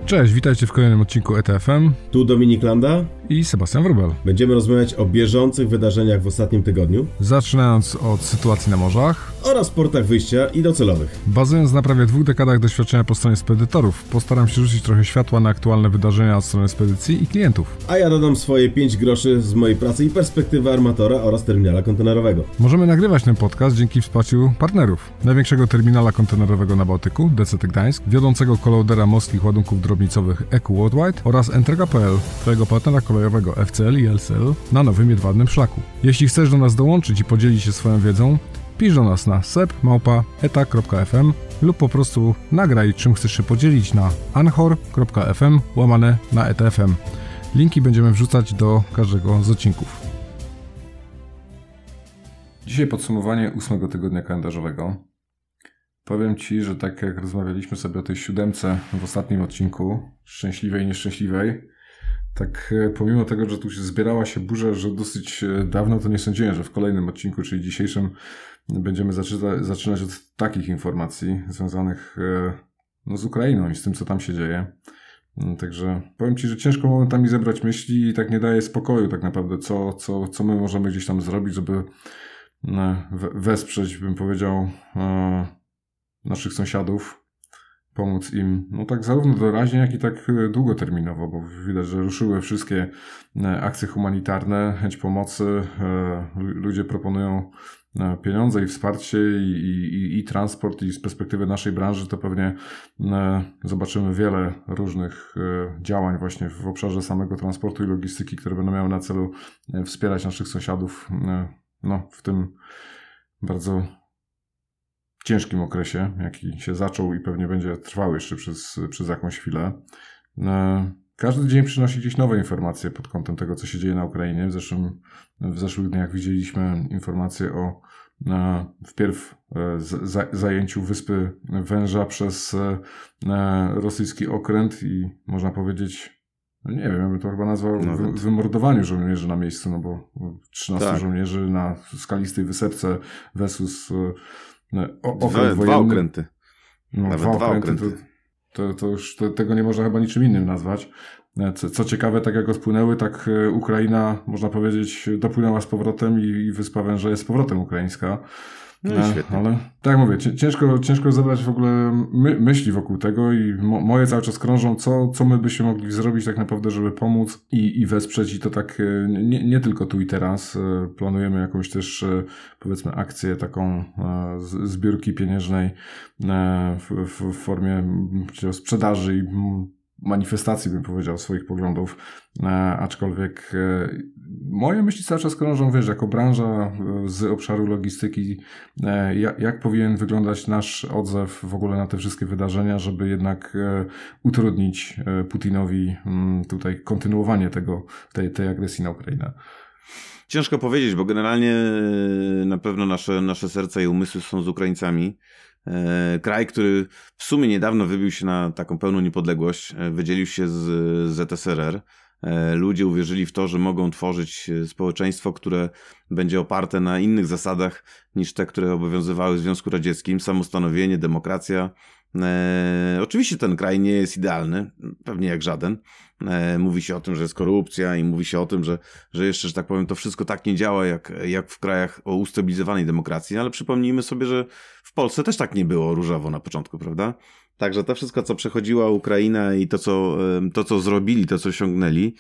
Cześć, witajcie w kolejnym odcinku ETFM. Tu Dominik Landa i Sebastian Wróbel. Będziemy rozmawiać o bieżących wydarzeniach w ostatnim tygodniu. Zaczynając od sytuacji na morzach oraz portach wyjścia i docelowych. Bazując na prawie 2 dekadach doświadczenia po stronie spedytorów, postaram się rzucić trochę światła na aktualne wydarzenia od strony spedycji i klientów. A ja dodam swoje 5 groszy z mojej pracy i perspektywy armatora oraz terminala kontenerowego. Możemy nagrywać ten podcast dzięki wsparciu partnerów. Największego terminala kontenerowego na Bałtyku, DCT Gdańsk, wiodącego kolodera morskich ładunków drobnicowych EQ Worldwide oraz Entrega.pl, twojego partnera kolejowego FCL i LCL na nowym jedwabnym szlaku. Jeśli chcesz do nas dołączyć i podzielić się swoją wiedzą, pisz do nas na sep@eta.fm lub po prostu nagraj, czym chcesz się podzielić na anchor.fm/etfm. Linki będziemy wrzucać do każdego z odcinków. Dzisiaj podsumowanie 8 tygodnia kalendarzowego. Powiem Ci, że tak jak rozmawialiśmy sobie o tej 7 w ostatnim odcinku, szczęśliwej i nieszczęśliwej, tak pomimo tego, że tu się zbierała się burza, że dosyć dawno, to nie sądziłem, że w kolejnym odcinku, czyli dzisiejszym, będziemy zaczynać od takich informacji związanych z Ukrainą i z tym, co tam się dzieje. Także powiem Ci, że ciężko momentami zebrać myśli i tak nie daje spokoju tak naprawdę, co my możemy gdzieś tam zrobić, żeby wesprzeć, bym powiedział, naszych sąsiadów, pomóc im, no tak zarówno doraźnie, jak i tak długoterminowo, bo widać, że ruszyły wszystkie akcje humanitarne, chęć pomocy, ludzie proponują pieniądze i wsparcie i transport, i z perspektywy naszej branży to pewnie zobaczymy wiele różnych działań właśnie w obszarze samego transportu i logistyki, które będą miały na celu wspierać naszych sąsiadów w tym bardzo ciężkim okresie, jaki się zaczął i pewnie będzie trwał jeszcze przez jakąś chwilę. Każdy dzień przynosi gdzieś nowe informacje pod kątem tego, co się dzieje na Ukrainie. W zeszłych dniach widzieliśmy informacje o wpierw zajęciu wyspy Węża przez rosyjski okręt i można powiedzieć, nie wiem, ja bym to chyba nazwał wymordowaniu żołnierzy na miejscu, no bo 13 żołnierzy na skalistej wysepce versus dwa okręty. Nawet dwa okręty. To już tego nie można chyba niczym innym nazwać. Co ciekawe, tak jak odpłynęły, tak Ukraina, można powiedzieć, dopłynęła z powrotem i Wyspa Węża jest z powrotem ukraińska. No i świetnie. Ale tak jak mówię, ciężko zebrać w ogóle myśli wokół tego i moje cały czas krążą, co my byśmy mogli zrobić tak naprawdę, żeby pomóc i wesprzeć, i to tak nie tylko tu i teraz. Planujemy jakąś też, powiedzmy, akcję taką zbiórki pieniężnej w formie sprzedaży i manifestacji, bym powiedział, swoich poglądów, aczkolwiek moje myśli cały czas krążą, wiesz, jako branża z obszaru logistyki, jak powinien wyglądać nasz odzew w ogóle na te wszystkie wydarzenia, żeby jednak utrudnić Putinowi tutaj kontynuowanie tej agresji na Ukrainę. Ciężko powiedzieć, bo generalnie na pewno nasze serca i umysły są z Ukraińcami. Kraj, który w sumie niedawno wybił się na taką pełną niepodległość, wydzielił się z ZSRR. Ludzie uwierzyli w to, że mogą tworzyć społeczeństwo, które będzie oparte na innych zasadach niż te, które obowiązywały w Związku Radzieckim. Samostanowienie, demokracja. Oczywiście ten kraj nie jest idealny, pewnie jak żaden. Mówi się o tym, że jest korupcja i mówi się o tym, że jeszcze, że tak powiem, to wszystko tak nie działa jak w krajach o ustabilizowanej demokracji, ale przypomnijmy sobie, że w Polsce też tak nie było różowo na początku, prawda? Także to wszystko, co przechodziła Ukraina i to, co zrobili, to, co osiągnęli,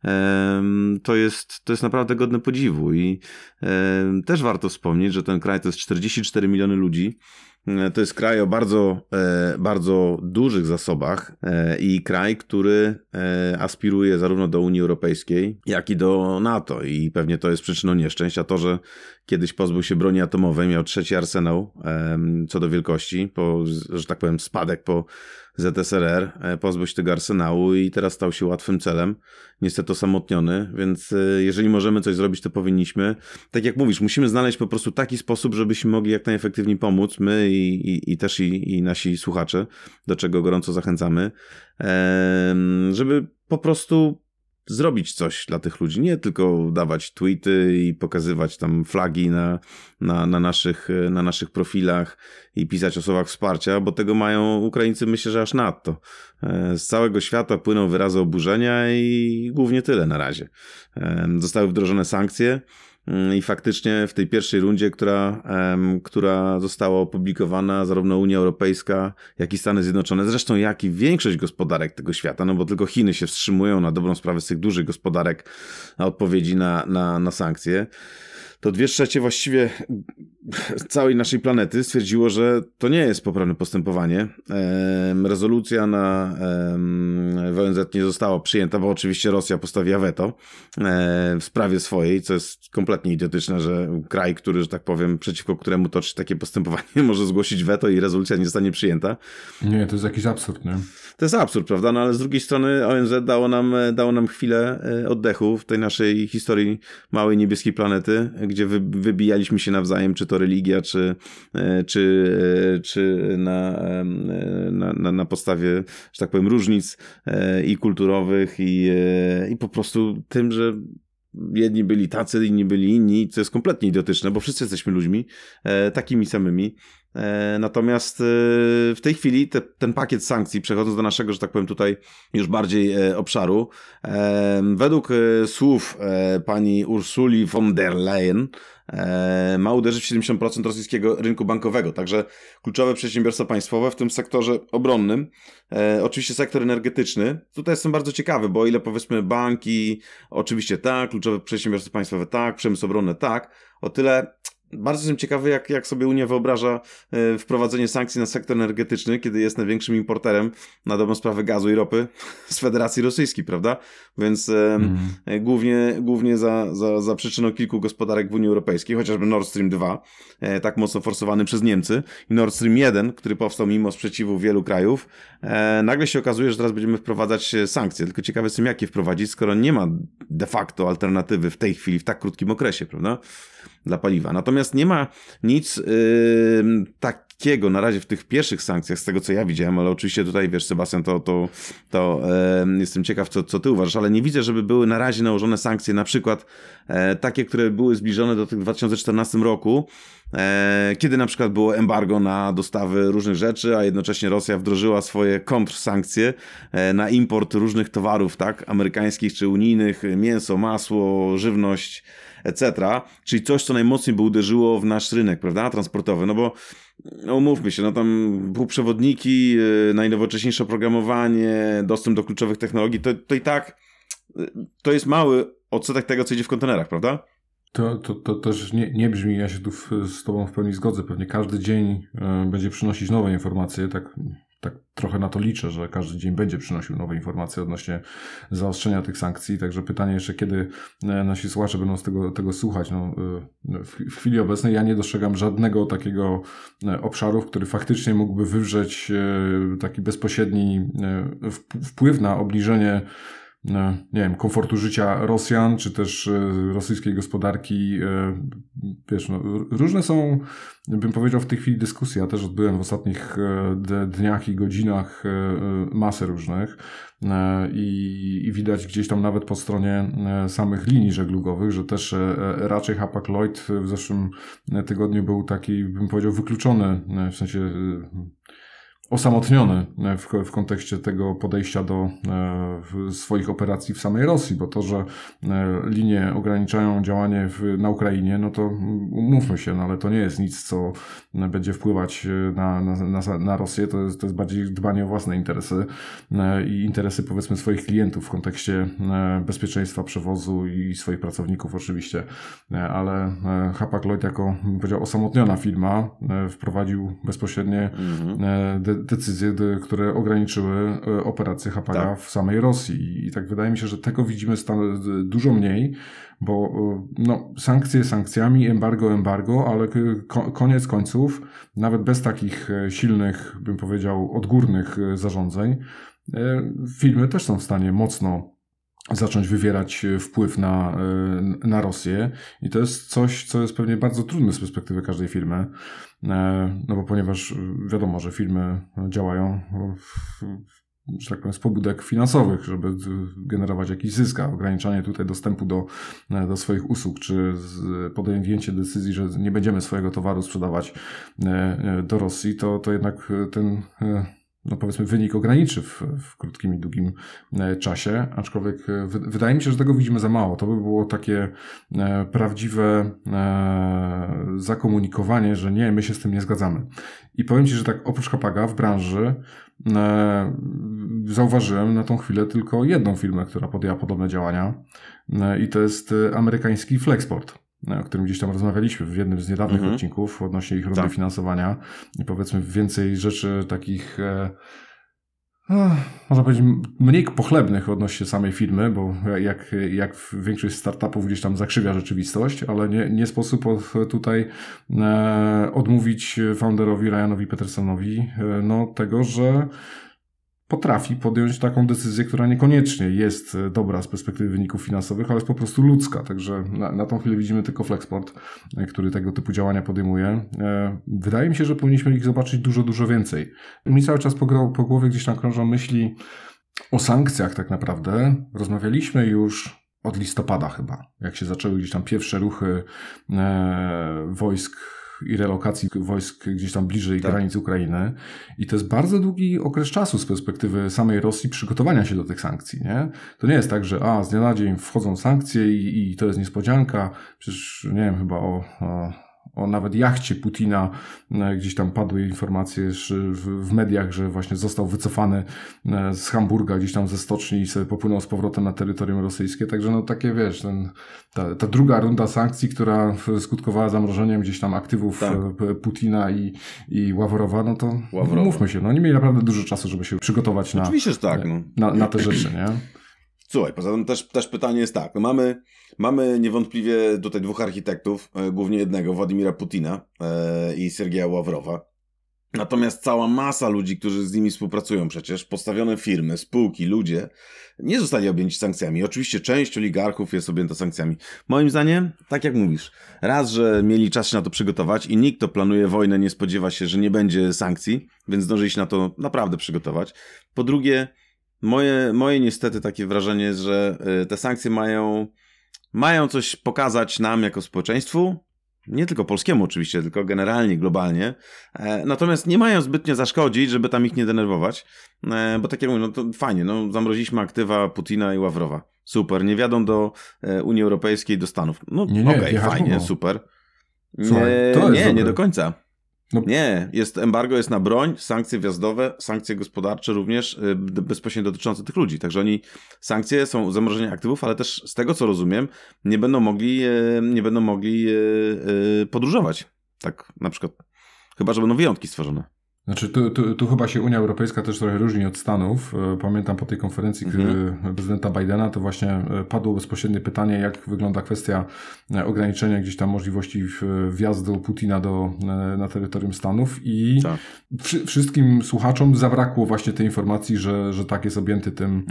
to jest naprawdę godne podziwu i też warto wspomnieć, że ten kraj to jest 44 miliony ludzi. To jest kraj o bardzo, bardzo dużych zasobach i kraj, który aspiruje zarówno do Unii Europejskiej, jak i do NATO i pewnie to jest przyczyną nieszczęścia. To, że kiedyś pozbył się broni atomowej, miał 3. arsenał co do wielkości, że tak powiem spadek po ZSRR, pozbył się tego arsenału i teraz stał się łatwym celem, niestety osamotniony, więc jeżeli możemy coś zrobić, to powinniśmy. Tak jak mówisz, musimy znaleźć po prostu taki sposób, żebyśmy mogli jak najefektywniej pomóc, my i też nasi słuchacze, do czego gorąco zachęcamy, żeby po prostu zrobić coś dla tych ludzi, nie tylko dawać tweety i pokazywać tam flagi na naszych profilach i pisać o słowach wsparcia, bo tego mają Ukraińcy, myślę, że aż nadto. Z całego świata płyną wyrazy oburzenia i głównie tyle na razie. Zostały wdrożone sankcje i faktycznie w tej pierwszej rundzie, która została opublikowana, zarówno Unia Europejska, jak i Stany Zjednoczone, zresztą jak i większość gospodarek tego świata, no bo tylko Chiny się wstrzymują na dobrą sprawę z tych dużych gospodarek na odpowiedzi na sankcje, to 2/3 właściwie całej naszej planety stwierdziło, że to nie jest poprawne postępowanie. Rezolucja w ONZ nie została przyjęta, bo oczywiście Rosja postawiła weto w sprawie swojej, co jest kompletnie idiotyczne, że kraj, który, że tak powiem, przeciwko któremu toczy takie postępowanie, może zgłosić weto i rezolucja nie zostanie przyjęta. Nie, to jest jakiś absurd, nie? To jest absurd, prawda? No ale z drugiej strony ONZ dało nam chwilę oddechu w tej naszej historii małej niebieskiej planety, gdzie wybijaliśmy się nawzajem, czy to religia, czy na podstawie, że tak powiem, różnic i kulturowych i po prostu tym, że jedni byli tacy, inni byli inni, co jest kompletnie idiotyczne, bo wszyscy jesteśmy ludźmi takimi samymi. Natomiast w tej chwili ten pakiet sankcji, przechodząc do naszego, że tak powiem tutaj już bardziej obszaru, według słów pani Ursuli von der Leyen ma uderzyć w 70% rosyjskiego rynku bankowego, także kluczowe przedsiębiorstwa państwowe, w tym sektorze obronnym, oczywiście sektor energetyczny. Tutaj jestem bardzo ciekawy, bo o ile powiedzmy banki, oczywiście tak, kluczowe przedsiębiorstwa państwowe tak, przemysł obronny tak, o tyle bardzo jestem ciekawy, jak sobie Unia wyobraża wprowadzenie sankcji na sektor energetyczny, kiedy jest największym importerem na dobrą sprawę gazu i ropy z Federacji Rosyjskiej, prawda? Więc głównie za przyczyną kilku gospodarek w Unii Europejskiej, chociażby Nord Stream 2, tak mocno forsowany przez Niemcy, i Nord Stream 1, który powstał mimo sprzeciwu wielu krajów, nagle się okazuje, że teraz będziemy wprowadzać sankcje. Tylko ciekawe jestem, jak je wprowadzić, skoro nie ma de facto alternatywy w tej chwili, w tak krótkim okresie, prawda? Dla paliwa. Natomiast nie ma nic takiego na razie w tych pierwszych sankcjach, z tego co ja widziałem, ale oczywiście tutaj, wiesz, Sebastian, to jestem ciekaw, co ty uważasz, ale nie widzę, żeby były na razie nałożone sankcje, na przykład takie, które były zbliżone do tych w 2014 roku, kiedy na przykład było embargo na dostawy różnych rzeczy, a jednocześnie Rosja wdrożyła swoje kontrsankcje na import różnych towarów, tak, amerykańskich czy unijnych, mięso, masło, żywność, etc. Czyli coś, co najmocniej by uderzyło w nasz rynek, prawda, transportowy, no bo umówmy się, no tam półprzewodniki, najnowocześniejsze oprogramowanie, dostęp do kluczowych technologii, to i tak to jest mały odsetek tego, co idzie w kontenerach, prawda? To też nie brzmi, ja się tu z tobą w pełni zgodzę, pewnie każdy dzień będzie przynosić nowe informacje, tak trochę na to liczę, że każdy dzień będzie przynosił nowe informacje odnośnie zaostrzenia tych sankcji, także pytanie jeszcze, kiedy nasi słuchacze będą z tego słuchać. No, w chwili obecnej ja nie dostrzegam żadnego takiego obszaru, który faktycznie mógłby wywrzeć taki bezpośredni wpływ na obniżenie, nie wiem, komfortu życia Rosjan, czy też rosyjskiej gospodarki. Wiesz, no, różne są, bym powiedział, w tej chwili dyskusje. Ja też odbyłem w ostatnich dniach i godzinach masę różnych i widać gdzieś tam nawet po stronie samych linii żeglugowych, że też raczej Hapag-Lloyd w zeszłym tygodniu był taki, bym powiedział, wykluczony, w sensie osamotniony w kontekście tego podejścia do swoich operacji w samej Rosji, bo to, że linie ograniczają działanie na Ukrainie, no to umówmy się, no ale to nie jest nic, co będzie wpływać na Rosję, to jest bardziej dbanie o własne interesy i interesy, powiedzmy, swoich klientów w kontekście bezpieczeństwa przewozu i swoich pracowników oczywiście, ale Hapag-Lloyd jako, bym powiedział, osamotniona firma wprowadził bezpośrednie decyzje, które ograniczyły operacje Hapaga w samej Rosji. I tak wydaje mi się, że tego widzimy dużo mniej, bo no, sankcje sankcjami, embargo, ale koniec końców, nawet bez takich silnych, bym powiedział, odgórnych zarządzeń, firmy też są w stanie mocno zacząć wywierać wpływ na Rosję i to jest coś, co jest pewnie bardzo trudne z perspektywy każdej firmy, no bo ponieważ wiadomo, że firmy działają że tak powiem, z pobudek finansowych, żeby generować jakiś zysk, a ograniczanie tutaj dostępu do swoich usług, czy podjęcie decyzji, że nie będziemy swojego towaru sprzedawać do Rosji, to jednak ten, no powiedzmy, wynik ograniczy w krótkim i długim czasie, aczkolwiek wydaje mi się, że tego widzimy za mało. To by było takie prawdziwe zakomunikowanie, że nie, my się z tym nie zgadzamy. I powiem Ci, że tak oprócz Hapaga w branży zauważyłem na tą chwilę tylko jedną firmę, która podjęła podobne działania, i to jest amerykański Flexport, o którym gdzieś tam rozmawialiśmy w jednym z niedawnych odcinków odnośnie ich rundy finansowania i powiedzmy więcej rzeczy takich można powiedzieć mniej pochlebnych odnośnie samej firmy, bo jak większość startupów gdzieś tam zakrzywia rzeczywistość, ale nie sposób tutaj odmówić founderowi Ryanowi Petersonowi tego, że potrafi podjąć taką decyzję, która niekoniecznie jest dobra z perspektywy wyników finansowych, ale jest po prostu ludzka. Także na tą chwilę widzimy tylko Flexport, który tego typu działania podejmuje. Wydaje mi się, że powinniśmy ich zobaczyć dużo, dużo więcej. Mi cały czas po głowie gdzieś tam krążą myśli o sankcjach tak naprawdę. Rozmawialiśmy już od listopada chyba, jak się zaczęły gdzieś tam pierwsze ruchy wojsk i relokacji wojsk gdzieś tam bliżej granic Ukrainy. I to jest bardzo długi okres czasu z perspektywy samej Rosji przygotowania się do tych sankcji, nie? To nie jest tak, że z dnia na dzień wchodzą sankcje i to jest niespodzianka. Przecież nie wiem, chyba o nawet jachcie Putina gdzieś tam padły informacje w mediach, że właśnie został wycofany z Hamburga, gdzieś tam ze stoczni i sobie popłynął z powrotem na terytorium rosyjskie. Także takie, wiesz, ta druga runda sankcji, która skutkowała zamrożeniem gdzieś tam aktywów Putina i Ławrowa, no to mówmy się, oni mieli naprawdę dużo czasu, żeby się przygotować Oczywiście, że tak, na te rzeczy, nie? Słuchaj, poza tym też pytanie jest tak, mamy niewątpliwie tutaj dwóch architektów, głównie jednego, Władimira Putina i Sergeja Ławrowa. Natomiast cała masa ludzi, którzy z nimi współpracują przecież, postawione firmy, spółki, ludzie, nie zostali objęci sankcjami. Oczywiście część oligarchów jest objęta sankcjami. Moim zdaniem, tak jak mówisz, raz, że mieli czas się na to przygotować i nikt, kto planuje wojnę, nie spodziewa się, że nie będzie sankcji, więc zdążyli się na to naprawdę przygotować. Po drugie, moje niestety takie wrażenie jest, że te sankcje mają coś pokazać nam jako społeczeństwu, nie tylko polskiemu oczywiście, tylko generalnie, globalnie, natomiast nie mają zbytnio zaszkodzić, żeby tam ich nie denerwować, bo tak jak mówię, to fajnie, zamroziliśmy aktywa Putina i Ławrowa, super, nie wjadą do Unii Europejskiej, do Stanów, okej, fajnie, super. Słuchaj, nie do końca. Nie, embargo jest na broń, sankcje wjazdowe, sankcje gospodarcze również bezpośrednio dotyczące tych ludzi. Także sankcje są zamrożenie aktywów, ale też z tego co rozumiem, nie będą mogli podróżować. Tak na przykład, chyba że będą wyjątki stworzone. Znaczy, tu chyba się Unia Europejska też trochę różni od Stanów. Pamiętam po tej konferencji prezydenta Bidena, to właśnie padło bezpośrednie pytanie, jak wygląda kwestia ograniczenia gdzieś tam możliwości wjazdu Putina na terytorium Stanów i wszystkim słuchaczom zabrakło właśnie tej informacji, że tak jest objęty tym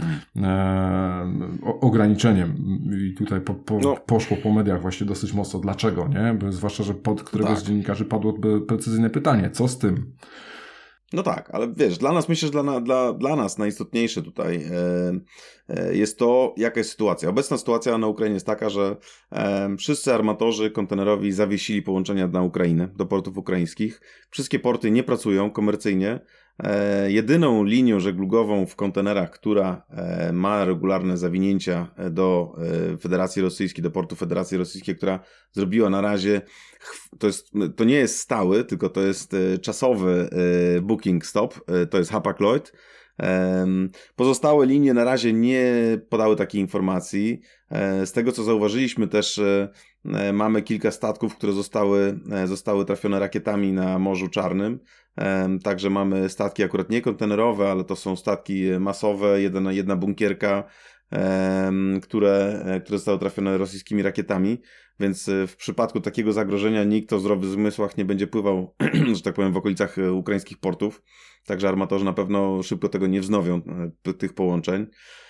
ograniczeniem. I tutaj poszło po mediach właśnie dosyć mocno. Dlaczego, nie? Zwłaszcza, że pod któregoś z dziennikarzy padło precyzyjne pytanie. Co z tym? No tak, ale wiesz, myślę, że dla nas najistotniejsze tutaj jest to, jaka jest sytuacja. Obecna sytuacja na Ukrainie jest taka, że wszyscy armatorzy kontenerowi zawiesili połączenia na Ukrainę, do portów ukraińskich. Wszystkie porty nie pracują komercyjnie. Jedyną linią żeglugową w kontenerach, która ma regularne zawinięcia do Federacji Rosyjskiej, do portu Federacji Rosyjskiej, która zrobiła na razie, to nie jest stały, tylko to jest czasowy booking stop, to jest Hapag-Lloyd. Pozostałe linie na razie nie podały takiej informacji. Z tego co zauważyliśmy też mamy kilka statków, które zostały trafione rakietami na Morzu Czarnym. Także mamy statki akurat nie kontenerowe, ale to są statki masowe, jedna bunkierka, które zostały trafione rosyjskimi rakietami. Więc w przypadku takiego zagrożenia nikt o zdrowych zmysłach nie będzie pływał, że tak powiem, w okolicach ukraińskich portów. Także armatorzy na pewno szybko tego nie wznowią, tych połączeń.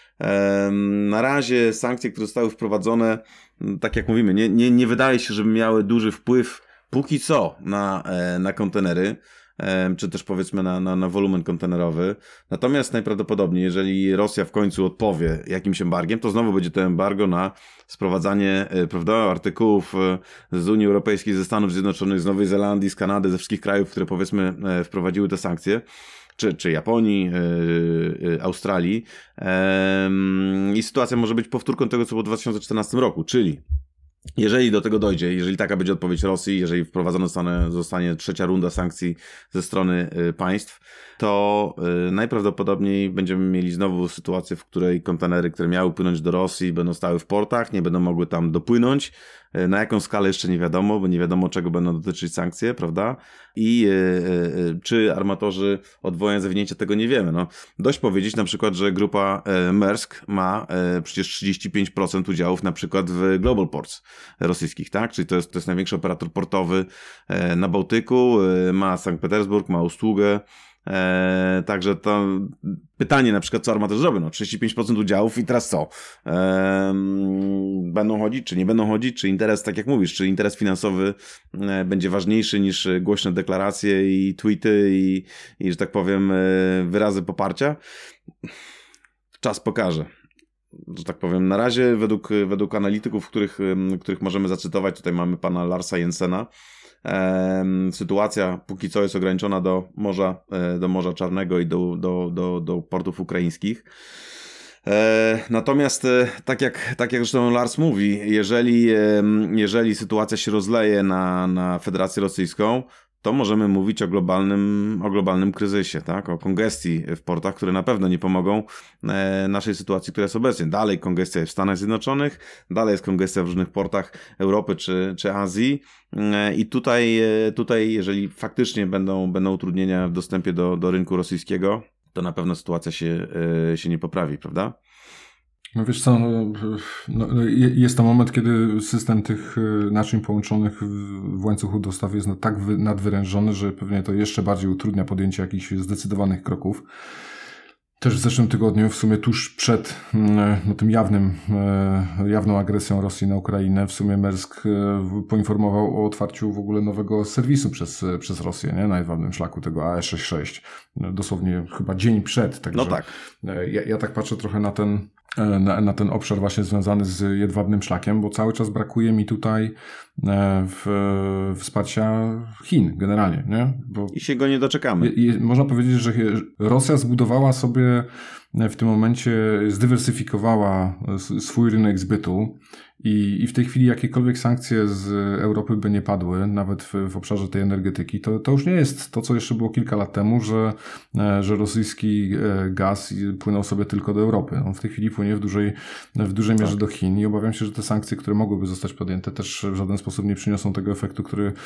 Na razie sankcje, które zostały wprowadzone, tak jak mówimy, nie wydaje się, żeby miały duży wpływ póki co na kontenery. czy też powiedzmy na wolumen kontenerowy. Natomiast najprawdopodobniej, jeżeli Rosja w końcu odpowie jakimś embargiem, to znowu będzie to embargo na sprowadzanie, prawda, artykułów z Unii Europejskiej, ze Stanów Zjednoczonych, z Nowej Zelandii, z Kanady, ze wszystkich krajów, które powiedzmy wprowadziły te sankcje. Czy Japonii, Australii. I sytuacja może być powtórką tego, co było w 2014 roku, czyli jeżeli do tego dojdzie, jeżeli taka będzie odpowiedź Rosji, jeżeli wprowadzona zostanie trzecia runda sankcji ze strony państw, to najprawdopodobniej będziemy mieli znowu sytuację, w której kontenery, które miały płynąć do Rosji, będą stały w portach, nie będą mogły tam dopłynąć. Na jaką skalę jeszcze nie wiadomo, bo nie wiadomo, czego będą dotyczyć sankcje, prawda? I czy armatorzy odwołają zawinięcie, tego nie wiemy. No, dość powiedzieć na przykład, że grupa Maersk ma przecież 35% udziałów na przykład w Global Ports rosyjskich, tak? Czyli to jest największy operator portowy na Bałtyku, ma Sankt Petersburg, ma Ustługę. Także to pytanie na przykład, co armatorzy zrobią? No 35% udziałów i teraz co? Będą chodzić, czy nie będą chodzić? Czy interes, tak jak mówisz, czy interes finansowy będzie ważniejszy niż głośne deklaracje i tweety i że tak powiem wyrazy poparcia? Czas pokaże. Że tak powiem, na razie według analityków, których możemy zacytować, tutaj mamy pana Larsa Jensena, sytuacja póki co jest ograniczona do Morza Czarnego i do portów ukraińskich. Natomiast tak jak zresztą Lars mówi, jeżeli sytuacja się rozleje na Federację Rosyjską, to możemy mówić o globalnym kryzysie, tak? O kongestii w portach, które na pewno nie pomogą naszej sytuacji, która jest obecnie. Dalej kongestia jest w Stanach Zjednoczonych, dalej jest kongestia w różnych portach Europy czy Azji i tutaj jeżeli faktycznie będą utrudnienia w dostępie do rynku rosyjskiego, to na pewno sytuacja się nie poprawi, prawda? No wiesz co, jest to moment, kiedy system tych naczyń połączonych w łańcuchu dostaw jest tak nadwyrężony, że pewnie to jeszcze bardziej utrudnia podjęcie jakichś zdecydowanych kroków. Też w zeszłym tygodniu, w sumie tuż przed tym jawną agresją Rosji na Ukrainę, w sumie Maersk poinformował o otwarciu w ogóle nowego serwisu przez Rosję, nie? Na jedwabnym szlaku tego AE66. Dosłownie chyba dzień przed. Także no tak. Ja tak patrzę trochę na ten obszar właśnie związany z jedwabnym szlakiem, bo cały czas brakuje mi tutaj wsparcia Chin generalnie, nie? I się go nie doczekamy. Można powiedzieć, że Rosja zbudowała sobie w tym momencie, zdywersyfikowała swój rynek zbytu i w tej chwili jakiekolwiek sankcje z Europy by nie padły, nawet w obszarze tej energetyki, to już nie jest to, co jeszcze było kilka lat temu, że rosyjski gaz płynął sobie tylko do Europy. On w tej chwili płynie w dużej mierze do Chin i obawiam się, że te sankcje, które mogłyby zostać podjęte, też w żaden sposób nie przyniosą tego efektu,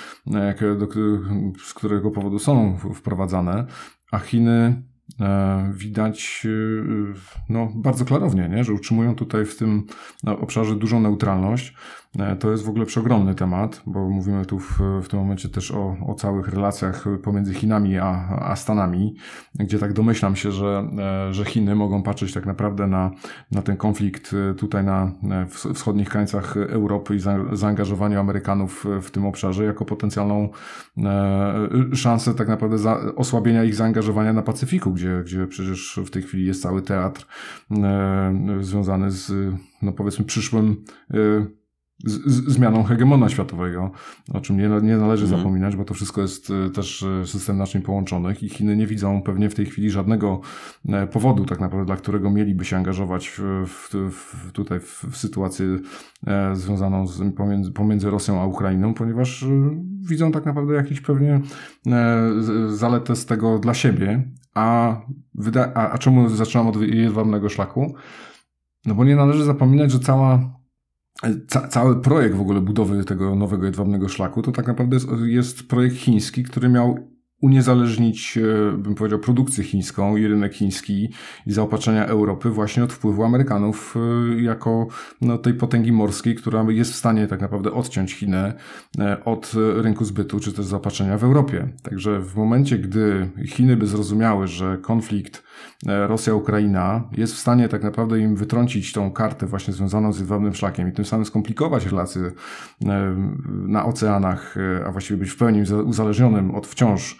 z którego powodu są wprowadzane, a Chiny widać bardzo klarownie, nie? Że utrzymują tutaj w tym obszarze dużą neutralność. To jest w ogóle przeogromny temat, bo mówimy tu w tym momencie też o całych relacjach pomiędzy Chinami a Stanami, gdzie tak domyślam się, że Chiny mogą patrzeć tak naprawdę na ten konflikt tutaj na wschodnich krańcach Europy i zaangażowaniu Amerykanów w tym obszarze jako potencjalną szansę tak naprawdę osłabienia ich zaangażowania na Pacyfiku, gdzie przecież w tej chwili jest cały teatr związany z, powiedzmy, przyszłym zmianą hegemona światowego, o czym nie należy zapominać, bo to wszystko jest też system naczyń połączonych i Chiny nie widzą pewnie w tej chwili żadnego powodu tak naprawdę, dla którego mieliby się angażować tutaj w sytuację związaną pomiędzy Rosją a Ukrainą, ponieważ widzą tak naprawdę jakiś pewnie zaletę z tego dla siebie, a czemu zaczynam od jedwabnego szlaku? No bo nie należy zapominać, że cały projekt w ogóle budowy tego nowego jedwabnego szlaku to tak naprawdę jest projekt chiński, który miał uniezależnić, bym powiedział, produkcję chińską i rynek chiński i zaopatrzenia Europy właśnie od wpływu Amerykanów jako tej potęgi morskiej, która jest w stanie tak naprawdę odciąć Chinę od rynku zbytu czy też zaopatrzenia w Europie. Także w momencie, gdy Chiny by zrozumiały, że konflikt Rosja-Ukraina jest w stanie tak naprawdę im wytrącić tą kartę właśnie związaną z jedwabnym szlakiem i tym samym skomplikować relacje na oceanach, a właściwie być w pełni uzależnionym od wciąż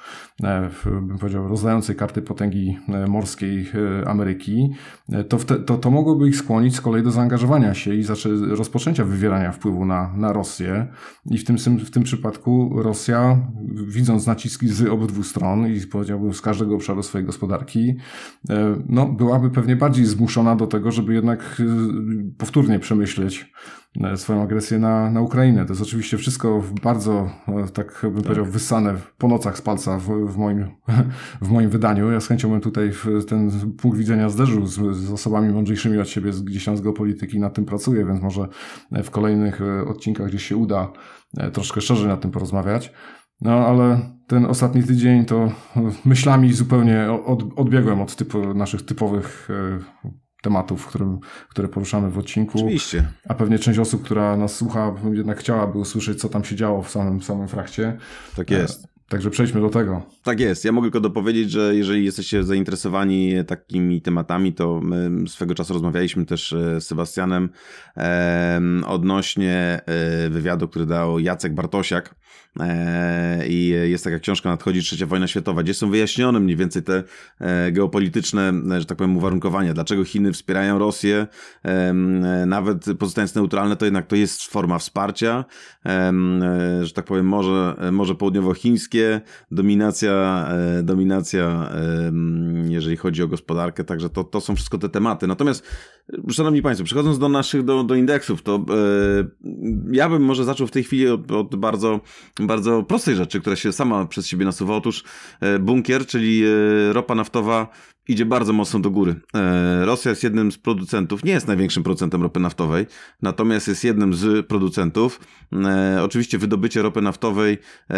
bym powiedział, rozdającej karty potęgi morskiej Ameryki, to mogłoby ich skłonić z kolei do zaangażowania się i rozpoczęcia wywierania wpływu na Rosję. I w tym przypadku Rosja, widząc naciski z obydwu stron i powiedziałbym z każdego obszaru swojej gospodarki, no, byłaby pewnie bardziej zmuszona do tego, żeby jednak powtórnie przemyśleć swoją agresję na Ukrainę. To jest oczywiście wszystko bardzo, tak bym powiedział, wyssane po nocach z palca w moim wydaniu. Ja z chęcią bym tutaj ten punkt widzenia zderzył z osobami mądrzejszymi od siebie, gdzieś tam z geopolityki, nad tym pracuję, więc może w kolejnych odcinkach gdzieś się uda troszkę szerzej nad tym porozmawiać. No, ale ten ostatni tydzień to myślami zupełnie odbiegłem od naszych typowych tematów, które poruszamy w odcinku. Oczywiście. A pewnie część osób, która nas słucha, jednak chciałaby usłyszeć, co tam się działo w samym frakcie. Tak jest. Także przejdźmy do tego. Tak jest. Ja mogę tylko dopowiedzieć, że jeżeli jesteście zainteresowani takimi tematami, to my swego czasu rozmawialiśmy też z Sebastianem odnośnie wywiadu, który dał Jacek Bartosiak. I jest taka książka Nadchodzi Trzecia Wojna Światowa, gdzie są wyjaśnione mniej więcej te geopolityczne, że tak powiem, uwarunkowania. Dlaczego Chiny wspierają Rosję, nawet pozostając neutralne, to jednak to jest forma wsparcia, że tak powiem, Morze Południowochińskie, dominacja, jeżeli chodzi o gospodarkę, także to są wszystko te tematy. Natomiast, szanowni państwo, przechodząc do indeksów, to ja bym może zaczął w tej chwili od bardzo, bardzo prostej rzeczy, która się sama przez siebie nasuwa. Otóż bunkier, czyli ropa naftowa, idzie bardzo mocno do góry. Rosja jest jednym z producentów, nie jest największym producentem ropy naftowej, natomiast jest jednym z producentów. Oczywiście wydobycie ropy naftowej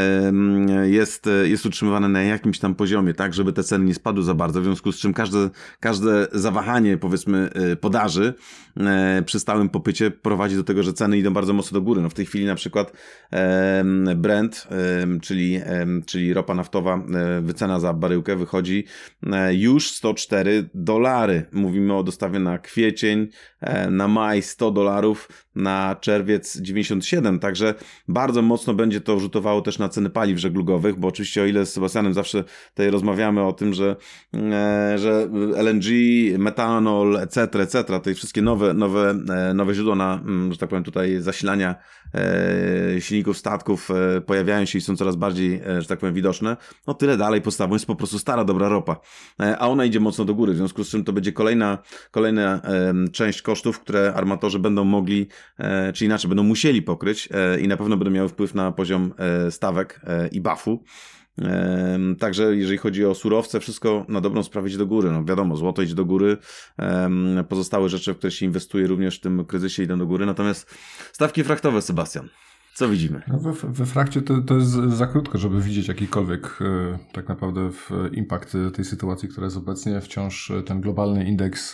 jest utrzymywane na jakimś tam poziomie, tak, żeby te ceny nie spadły za bardzo, w związku z czym każde zawahanie, powiedzmy, podaży przy stałym popycie prowadzi do tego, że ceny idą bardzo mocno do góry. No w tej chwili na przykład Brent, czyli ropa naftowa, wycena za baryłkę wychodzi już $104. Mówimy o dostawie na kwiecień, na maj $100, na czerwiec 97, także bardzo mocno będzie to rzutowało też na ceny paliw żeglugowych, bo oczywiście o ile z Sebastianem zawsze tutaj rozmawiamy o tym, że LNG, metanol, etc., te wszystkie nowe źródła że tak powiem tutaj zasilania silników statków pojawiają się i są coraz bardziej, że tak powiem, widoczne, no tyle dalej podstawą jest po prostu stara, dobra ropa, a ona idzie mocno do góry, w związku z czym to będzie kolejna część kosztów, które armatorzy będą mogli, czy inaczej, będą musieli pokryć i na pewno będą miały wpływ na poziom stawek i BAF-u. Także jeżeli chodzi o surowce, wszystko na dobrą sprawę idzie do góry. No wiadomo, złoto idzie do góry, pozostałe rzeczy, w które się inwestuje również w tym kryzysie, idą do góry. Natomiast stawki fraktowe, Sebastian, co widzimy? No we frakcie to jest za krótko, żeby widzieć jakikolwiek tak naprawdę impact tej sytuacji, która jest obecnie. Wciąż ten globalny indeks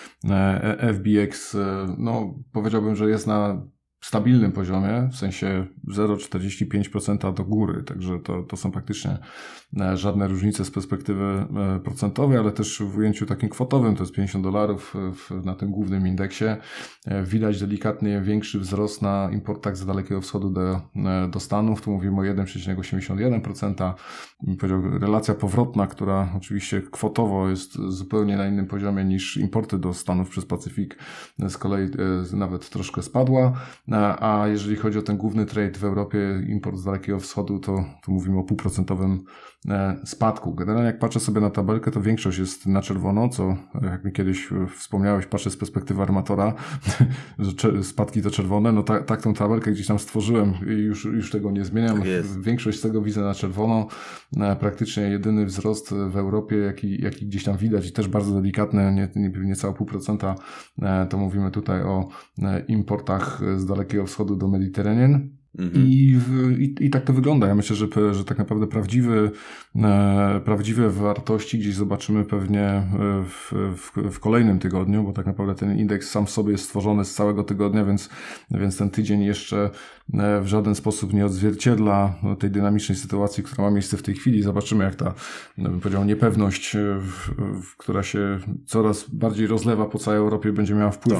FBX, no powiedziałbym, że jest na stabilnym poziomie, w sensie 0,45% do góry, także to są praktycznie żadne różnice z perspektywy procentowej, ale też w ujęciu takim kwotowym, to jest $50 na tym głównym indeksie. Widać delikatnie większy wzrost na importach z Dalekiego Wschodu do Stanów, tu mówimy o 1,81%. Powiedział, relacja powrotna, która oczywiście kwotowo jest zupełnie na innym poziomie niż importy do Stanów przez Pacyfik, z kolei nawet troszkę spadła. A jeżeli chodzi o ten główny trade w Europie, import z Dalekiego Wschodu, to mówimy o 0,5% spadku. Generalnie jak patrzę sobie na tabelkę, to większość jest na czerwono, co jak mi kiedyś wspomniałeś, patrzę z perspektywy armatora, że spadki to czerwone, no tak tą tabelkę gdzieś tam stworzyłem i już tego nie zmieniam. Tak, większość z tego widzę na czerwono. Praktycznie jedyny wzrost w Europie, jaki gdzieś tam widać i też bardzo delikatny, niecałe 0,5%, to mówimy tutaj o importach z Dalekiego Wschodu do Mediterranean. I tak to wygląda. Ja myślę, że tak naprawdę prawdziwe wartości gdzieś zobaczymy pewnie w kolejnym tygodniu, bo tak naprawdę ten indeks sam w sobie jest stworzony z całego tygodnia, więc ten tydzień jeszcze w żaden sposób nie odzwierciedla tej dynamicznej sytuacji, która ma miejsce w tej chwili. Zobaczymy, jak ta, bym powiedział, niepewność, która się coraz bardziej rozlewa po całej Europie, będzie miała wpływ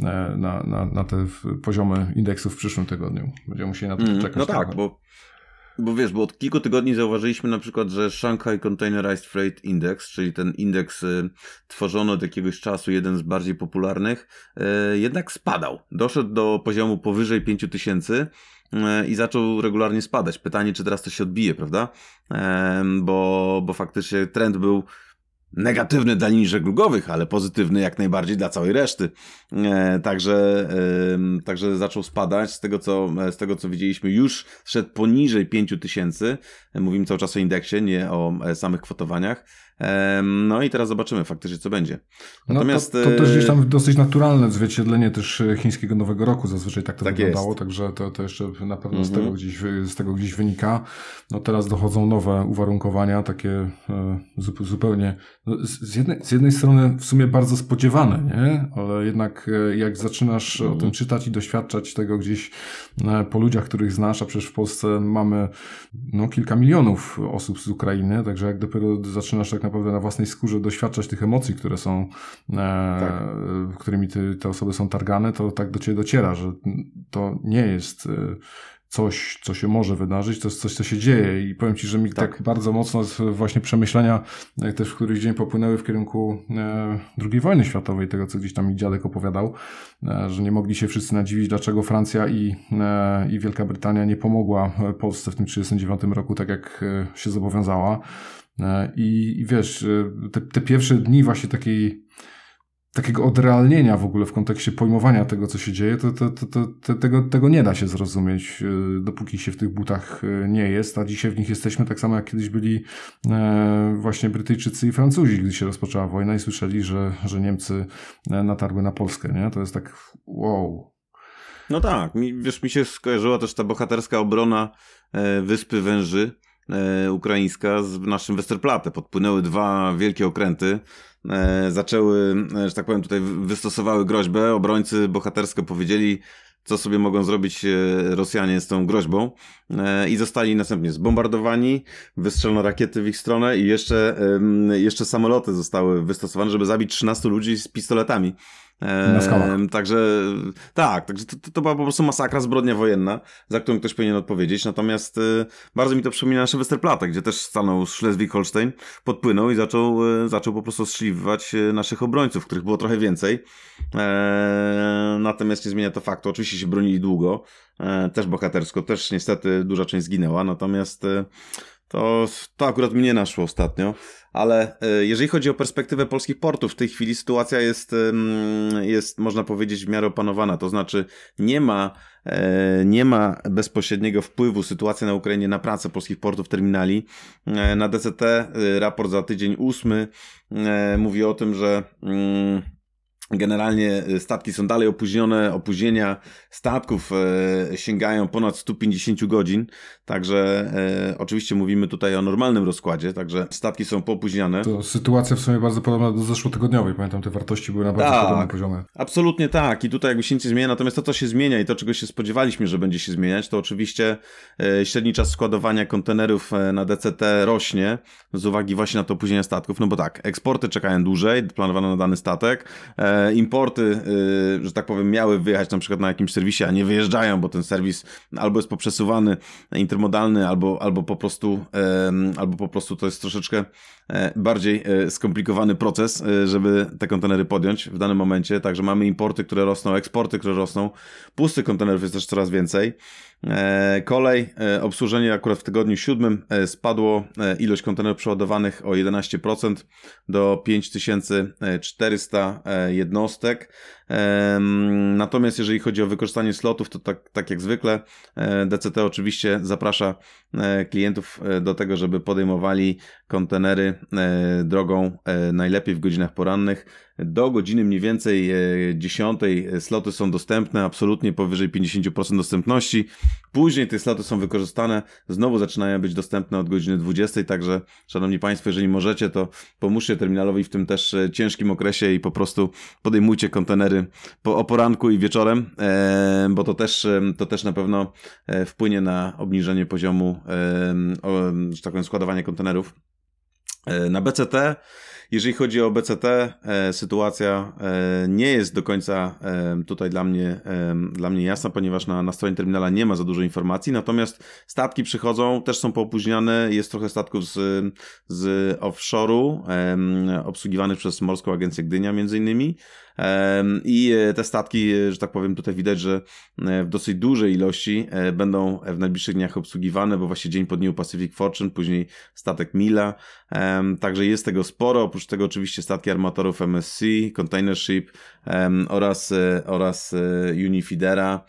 na te poziomy indeksów w przyszłym tygodniu. Będziemy musieli na to czekać. No tak, bo Bo wiesz, bo od kilku tygodni zauważyliśmy na przykład, że Shanghai Containerized Freight Index, czyli ten indeks tworzony od jakiegoś czasu, jeden z bardziej popularnych, jednak spadał. Doszedł do poziomu powyżej 5000 i zaczął regularnie spadać. Pytanie, czy teraz to się odbije, prawda? Bo faktycznie trend był negatywny dla linii żeglugowych, ale pozytywny jak najbardziej dla całej reszty. Także zaczął spadać. Z tego co widzieliśmy, już szedł poniżej 5000. Mówimy cały czas o indeksie, nie o samych kwotowaniach. No i teraz zobaczymy faktycznie, co będzie. Natomiast to też gdzieś tam dosyć naturalne odzwierciedlenie też chińskiego Nowego Roku. Zazwyczaj tak to wyglądało, także to jeszcze na pewno z tego gdzieś wynika. No teraz dochodzą nowe uwarunkowania, takie zupełnie z jednej strony w sumie bardzo spodziewane, nie? Ale jednak jak zaczynasz o tym czytać i doświadczać tego gdzieś po ludziach, których znasz, a przecież w Polsce mamy kilka milionów osób z Ukrainy, także jak dopiero zaczynasz tak naprawdę na własnej skórze doświadczać tych emocji, które są, którymi te osoby są targane, to tak do ciebie dociera, że to nie jest coś, co się może wydarzyć, to jest coś, co się dzieje i powiem ci, że mi tak bardzo mocno właśnie przemyślenia też w któryś dzień popłynęły w kierunku II wojny światowej, tego co gdzieś tam mi dziadek opowiadał, że nie mogli się wszyscy nadziwić, dlaczego Francja i Wielka Brytania nie pomogła Polsce w tym 1939 roku, tak jak się zobowiązała. I wiesz, te pierwsze dni właśnie takiego odrealnienia w ogóle w kontekście pojmowania tego, co się dzieje, tego nie da się zrozumieć, dopóki się w tych butach nie jest, a dzisiaj w nich jesteśmy tak samo, jak kiedyś byli właśnie Brytyjczycy i Francuzi, gdy się rozpoczęła wojna i słyszeli, że Niemcy natarły na Polskę, nie? To jest tak wow. No tak, mi się skojarzyła też ta bohaterska obrona Wyspy Węży, ukraińska z naszym Westerplatte. Podpłynęły dwa wielkie okręty, zaczęły, że tak powiem, tutaj wystosowały groźbę. Obrońcy bohatersko powiedzieli, co sobie mogą zrobić Rosjanie z tą groźbą i zostali następnie zbombardowani, wystrzelono rakiety w ich stronę i jeszcze samoloty zostały wystosowane, żeby zabić 13 ludzi z pistoletami. Także to była po prostu masakra, zbrodnia wojenna, za którą ktoś powinien odpowiedzieć. Natomiast bardzo mi to przypomina nasze Westerplatte, gdzie też stanął Schleswig-Holstein, podpłynął i zaczął po prostu ostrzeliwać naszych obrońców, których było trochę więcej. Natomiast nie zmienia to faktu. Oczywiście się bronili długo, też bohatersko, też niestety duża część zginęła, natomiast to akurat mnie naszło ostatnio. Ale jeżeli chodzi o perspektywę polskich portów, w tej chwili sytuacja jest można powiedzieć w miarę opanowana. To znaczy nie ma bezpośredniego wpływu sytuacja na Ukrainie na pracę polskich portów, terminali. Na DCT raport za tydzień 8 mówi o tym, że generalnie statki są dalej opóźnione, opóźnienia statków sięgają ponad 150 godzin, także oczywiście mówimy tutaj o normalnym rozkładzie, także statki są poopóźniane. To sytuacja w sumie bardzo podobna do zeszłotygodniowej, pamiętam te wartości były na bardzo podobnym poziomie. Absolutnie tak i tutaj jakby się nic nie zmienia, natomiast to co się zmienia i to czego się spodziewaliśmy, że będzie się zmieniać, to oczywiście średni czas składowania kontenerów na DCT rośnie z uwagi właśnie na to opóźnienie statków, no bo tak, eksporty czekają dłużej, planowano na dany statek, importy, że tak powiem, miały wyjechać na przykład na jakimś serwisie, a nie wyjeżdżają, bo ten serwis albo jest poprzesuwany, intermodalny, albo po prostu to jest troszeczkę bardziej skomplikowany proces, żeby te kontenery podjąć w danym momencie. Także mamy importy, które rosną, eksporty, które rosną. Pustych kontenerów jest też coraz więcej. Kolej, obsłużenie akurat w tygodniu 7 spadło ilość kontenerów przeładowanych o 11% do 5400 jednostek. Natomiast jeżeli chodzi o wykorzystanie slotów, to tak jak zwykle DCT oczywiście zaprasza klientów do tego, żeby podejmowali kontenery drogą najlepiej w godzinach porannych. Do godziny mniej więcej 10 sloty są dostępne, absolutnie powyżej 50% dostępności. Później te sloty są wykorzystane, znowu zaczynają być dostępne od godziny 20, także szanowni państwo, jeżeli możecie, to pomóżcie terminalowi w tym też ciężkim okresie i po prostu podejmujcie kontenery o poranku i wieczorem, bo to też na pewno wpłynie na obniżenie poziomu, że tak powiem, składowania kontenerów. Na BCT, jeżeli chodzi o BCT, sytuacja nie jest do końca tutaj dla mnie jasna, ponieważ na stronie terminala nie ma za dużo informacji, natomiast statki przychodzą, też są poopóźniane, jest trochę statków z offshore'u, obsługiwanych przez Morską Agencję Gdynia między innymi. I te statki, że tak powiem, tutaj widać, że w dosyć dużej ilości będą w najbliższych dniach obsługiwane, bo właśnie dzień po dniu Pacific Fortune, później statek Mila, także jest tego sporo, oprócz tego oczywiście statki armatorów MSC, Container Ship oraz Unifidera,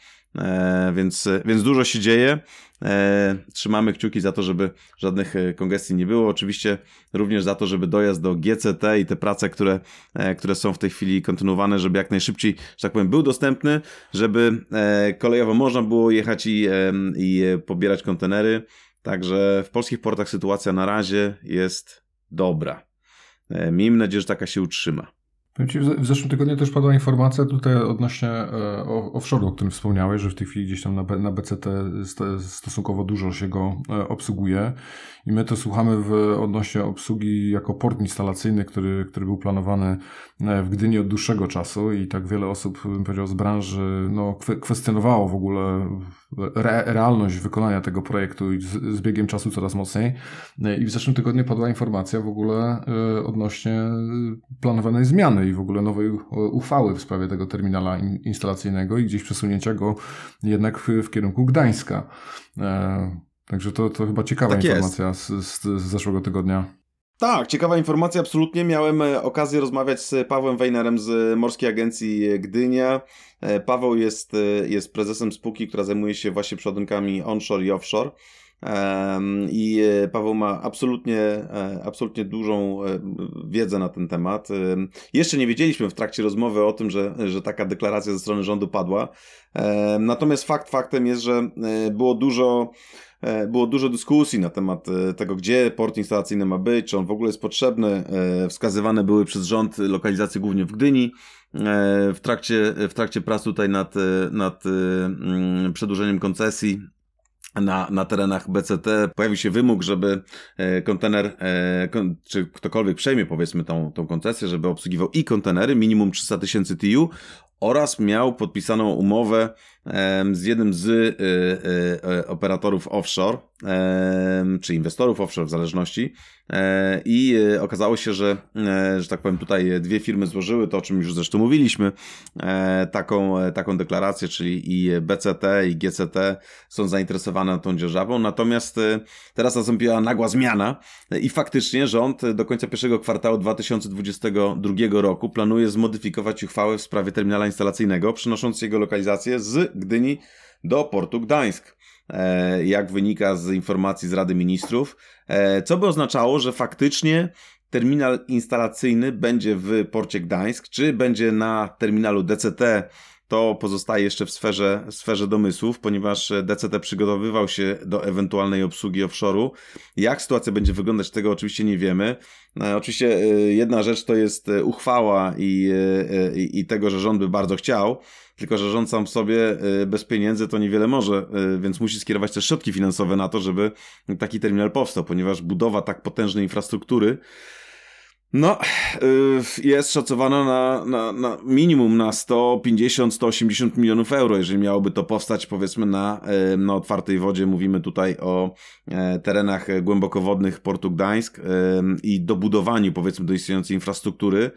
więc dużo się dzieje. Trzymamy kciuki za to, żeby żadnych kongestii nie było. Oczywiście również za to, żeby dojazd do GCT i te prace, które są w tej chwili kontynuowane, żeby jak najszybciej, że tak powiem, był dostępny, żeby kolejowo można było jechać i pobierać kontenery. Także w polskich portach sytuacja na razie jest dobra. Miejmy nadzieję, że taka się utrzyma. W zeszłym tygodniu też padła informacja tutaj odnośnie offshore'u, o którym wspomniałeś, że w tej chwili gdzieś tam na BCT stosunkowo dużo się go obsługuje i my to słuchamy odnośnie obsługi jako port instalacyjny, który był planowany w Gdyni od dłuższego czasu i tak wiele osób, bym powiedział, z branży kwestionowało w ogóle realność wykonania tego projektu i z biegiem czasu coraz mocniej. I w zeszłym tygodniu padła informacja w ogóle odnośnie planowanej zmiany i w ogóle nowej uchwały w sprawie tego terminala instalacyjnego i gdzieś przesunięcia go jednak w kierunku Gdańska. Także to chyba ciekawa informacja z zeszłego tygodnia. Tak, ciekawa informacja, absolutnie. Miałem okazję rozmawiać z Pawłem Wejnerem z Morskiej Agencji Gdynia. Paweł jest prezesem spółki, która zajmuje się właśnie przeładunkami onshore i offshore. I Paweł ma absolutnie dużą wiedzę na ten temat. Jeszcze nie wiedzieliśmy w trakcie rozmowy o tym, że taka deklaracja ze strony rządu padła. Natomiast faktem jest, że było dużo dyskusji na temat tego, gdzie port instalacyjny ma być, czy on w ogóle jest potrzebny. Wskazywane były przez rząd lokalizacje głównie w Gdyni. W trakcie prac tutaj nad przedłużeniem koncesji na terenach BCT pojawił się wymóg, żeby kontener, czy ktokolwiek przejmie, powiedzmy, tą koncesję, żeby obsługiwał i kontenery, minimum 300 000 TEU, oraz miał podpisaną umowę z jednym z operatorów offshore, czy inwestorów offshore w zależności, i okazało się, że tak powiem, tutaj dwie firmy złożyły to, o czym już zresztą mówiliśmy, taką deklarację, czyli i BCT i GCT są zainteresowane tą dzierżawą, natomiast teraz nastąpiła nagła zmiana i faktycznie rząd do końca pierwszego kwartału 2022 roku planuje zmodyfikować uchwałę w sprawie terminala instalacyjnego, przenosząc jego lokalizację z Gdyni do portu Gdańsk, jak wynika z informacji z Rady Ministrów, co by oznaczało, że faktycznie terminal instalacyjny będzie w porcie Gdańsk, czy będzie na terminalu DCT, to pozostaje jeszcze w sferze domysłów, ponieważ DCT przygotowywał się do ewentualnej obsługi offshore'u. Jak sytuacja będzie wyglądać, tego oczywiście nie wiemy. Oczywiście jedna rzecz to jest uchwała i tego, że rząd by bardzo chciał, tylko że rząd sam sobie bez pieniędzy to niewiele może, więc musi skierować też środki finansowe na to, żeby taki terminal powstał, ponieważ budowa tak potężnej infrastruktury jest szacowana na minimum na 150-180 milionów euro, jeżeli miałoby to powstać, powiedzmy, na otwartej wodzie. Mówimy tutaj o terenach głębokowodnych portu Gdańsk i dobudowaniu, powiedzmy, do istniejącej infrastruktury.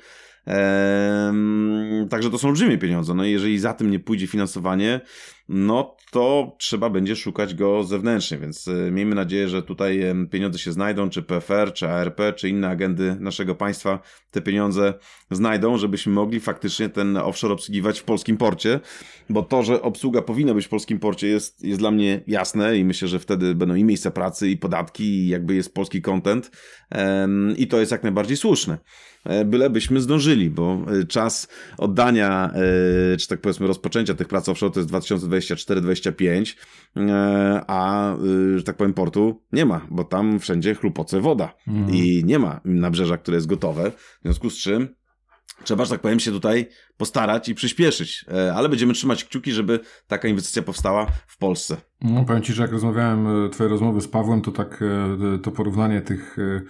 Także to są olbrzymie pieniądze. No i jeżeli za tym nie pójdzie finansowanie, no to trzeba będzie szukać go zewnętrznie, więc miejmy nadzieję, że tutaj pieniądze się znajdą, czy PFR, czy ARP, czy inne agendy naszego państwa te pieniądze znajdą, żebyśmy mogli faktycznie ten offshore obsługiwać w polskim porcie, bo to, że obsługa powinna być w polskim porcie jest dla mnie jasne i myślę, że wtedy będą i miejsca pracy, i podatki, i jakby jest polski content, i to jest jak najbardziej słuszne. Bylebyśmy zdążyli, bo czas oddania, czy tak powiedzmy rozpoczęcia tych prac offshore to jest 2024-2025, a, że tak powiem, portu nie ma, bo tam wszędzie chlupoce woda i nie ma nabrzeża, które jest gotowe, w związku z czym trzeba, że tak powiem, się tutaj postarać i przyspieszyć, ale będziemy trzymać kciuki, żeby taka inwestycja powstała w Polsce. No, powiem Ci, że jak rozmawiałem, twoje rozmowy z Pawłem, to tak to porównanie tych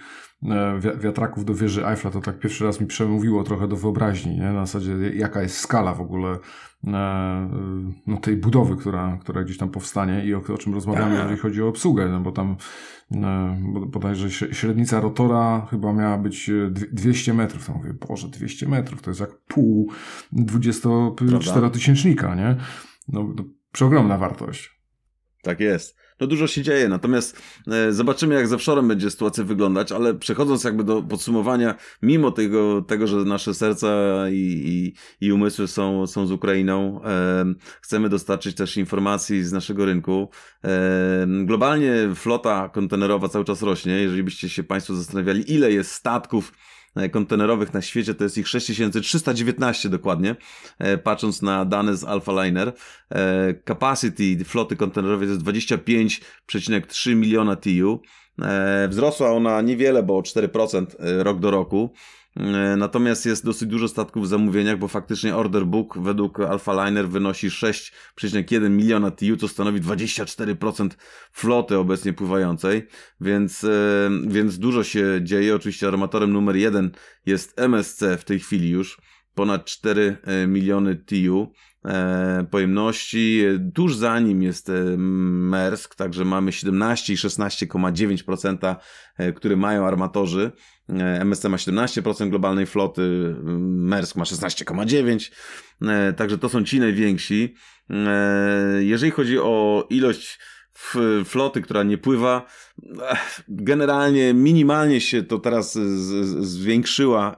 wiatraków do wieży Eiffla, to tak pierwszy raz mi przemówiło trochę do wyobraźni, nie? Na zasadzie jaka jest skala w ogóle no, tej budowy, która gdzieś tam powstanie i o czym rozmawiamy, jeżeli chodzi o obsługę, no bo tam bodajże średnica rotora chyba miała być 200 metrów. Tam mówię, Boże, 200 metrów, to jest jak pół 24-tysięcznika, nie? No, to przeogromna wartość. Tak jest. No dużo się dzieje, natomiast zobaczymy, jak z offshorem będzie sytuacja wyglądać, ale przechodząc jakby do podsumowania, mimo tego, że nasze serca i umysły są z Ukrainą, chcemy dostarczyć też informacji z naszego rynku. Globalnie flota kontenerowa cały czas rośnie. Jeżeli byście się Państwo zastanawiali, ile jest statków kontenerowych na świecie, to jest ich 6319 dokładnie, patrząc na dane z Alpha Liner. Capacity floty kontenerowej to jest 25,3 miliona TEU. Wzrosła ona niewiele, bo o 4% rok do roku. Natomiast jest dosyć dużo statków w zamówieniach, bo faktycznie order book według Alpha Liner wynosi 6,1 miliona TEU, co stanowi 24% floty obecnie pływającej, więc dużo się dzieje. Oczywiście armatorem numer 1 jest MSC w tej chwili już, ponad 4 miliony TEU pojemności. Tuż za nim jest Maersk, także mamy 17 i 16,9%, które mają armatorzy. MSC ma 17% globalnej floty, Maersk ma 16,9%, także to są ci najwięksi. Jeżeli chodzi o ilość floty, która nie pływa, generalnie minimalnie się to teraz zwiększyła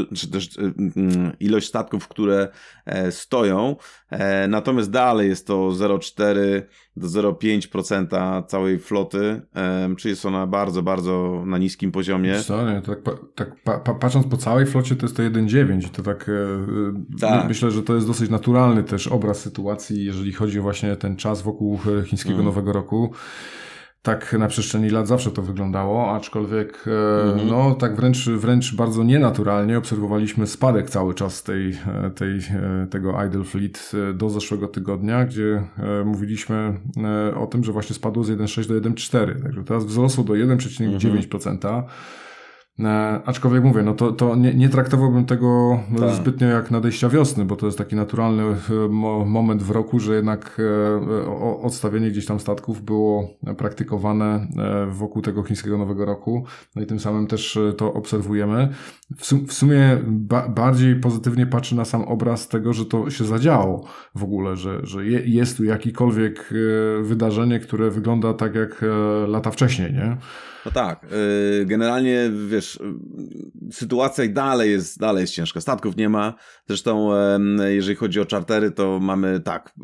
ilość statków, które stoją, natomiast dalej jest to 0,4 do 0,5% całej floty, czyli jest ona bardzo, bardzo na niskim poziomie. Co, nie, patrząc po całej flocie, to jest to 1,9 i to tak. Myślę, że to jest dosyć naturalny też obraz sytuacji, jeżeli chodzi o właśnie ten czas wokół chińskiego Nowego Roku. Tak na przestrzeni lat zawsze to wyglądało, aczkolwiek no tak wręcz bardzo nienaturalnie obserwowaliśmy spadek cały czas tego idle fleet do zeszłego tygodnia, gdzie mówiliśmy o tym, że właśnie spadło z 1,6 do 1,4, także teraz wzrosło do 1,9%. Aczkolwiek mówię, no to nie traktowałbym tego zbytnio jak nadejścia wiosny, bo to jest taki naturalny moment w roku, że jednak odstawienie gdzieś tam statków było praktykowane wokół tego chińskiego Nowego Roku, no i tym samym też to obserwujemy. W sumie bardziej pozytywnie patrzy na sam obraz tego, że to się zadziało w ogóle, że jest tu jakiekolwiek wydarzenie, które wygląda tak jak lata wcześniej, nie? No tak, generalnie wiesz, sytuacja dalej jest ciężka, statków nie ma, zresztą jeżeli chodzi o czartery, to mamy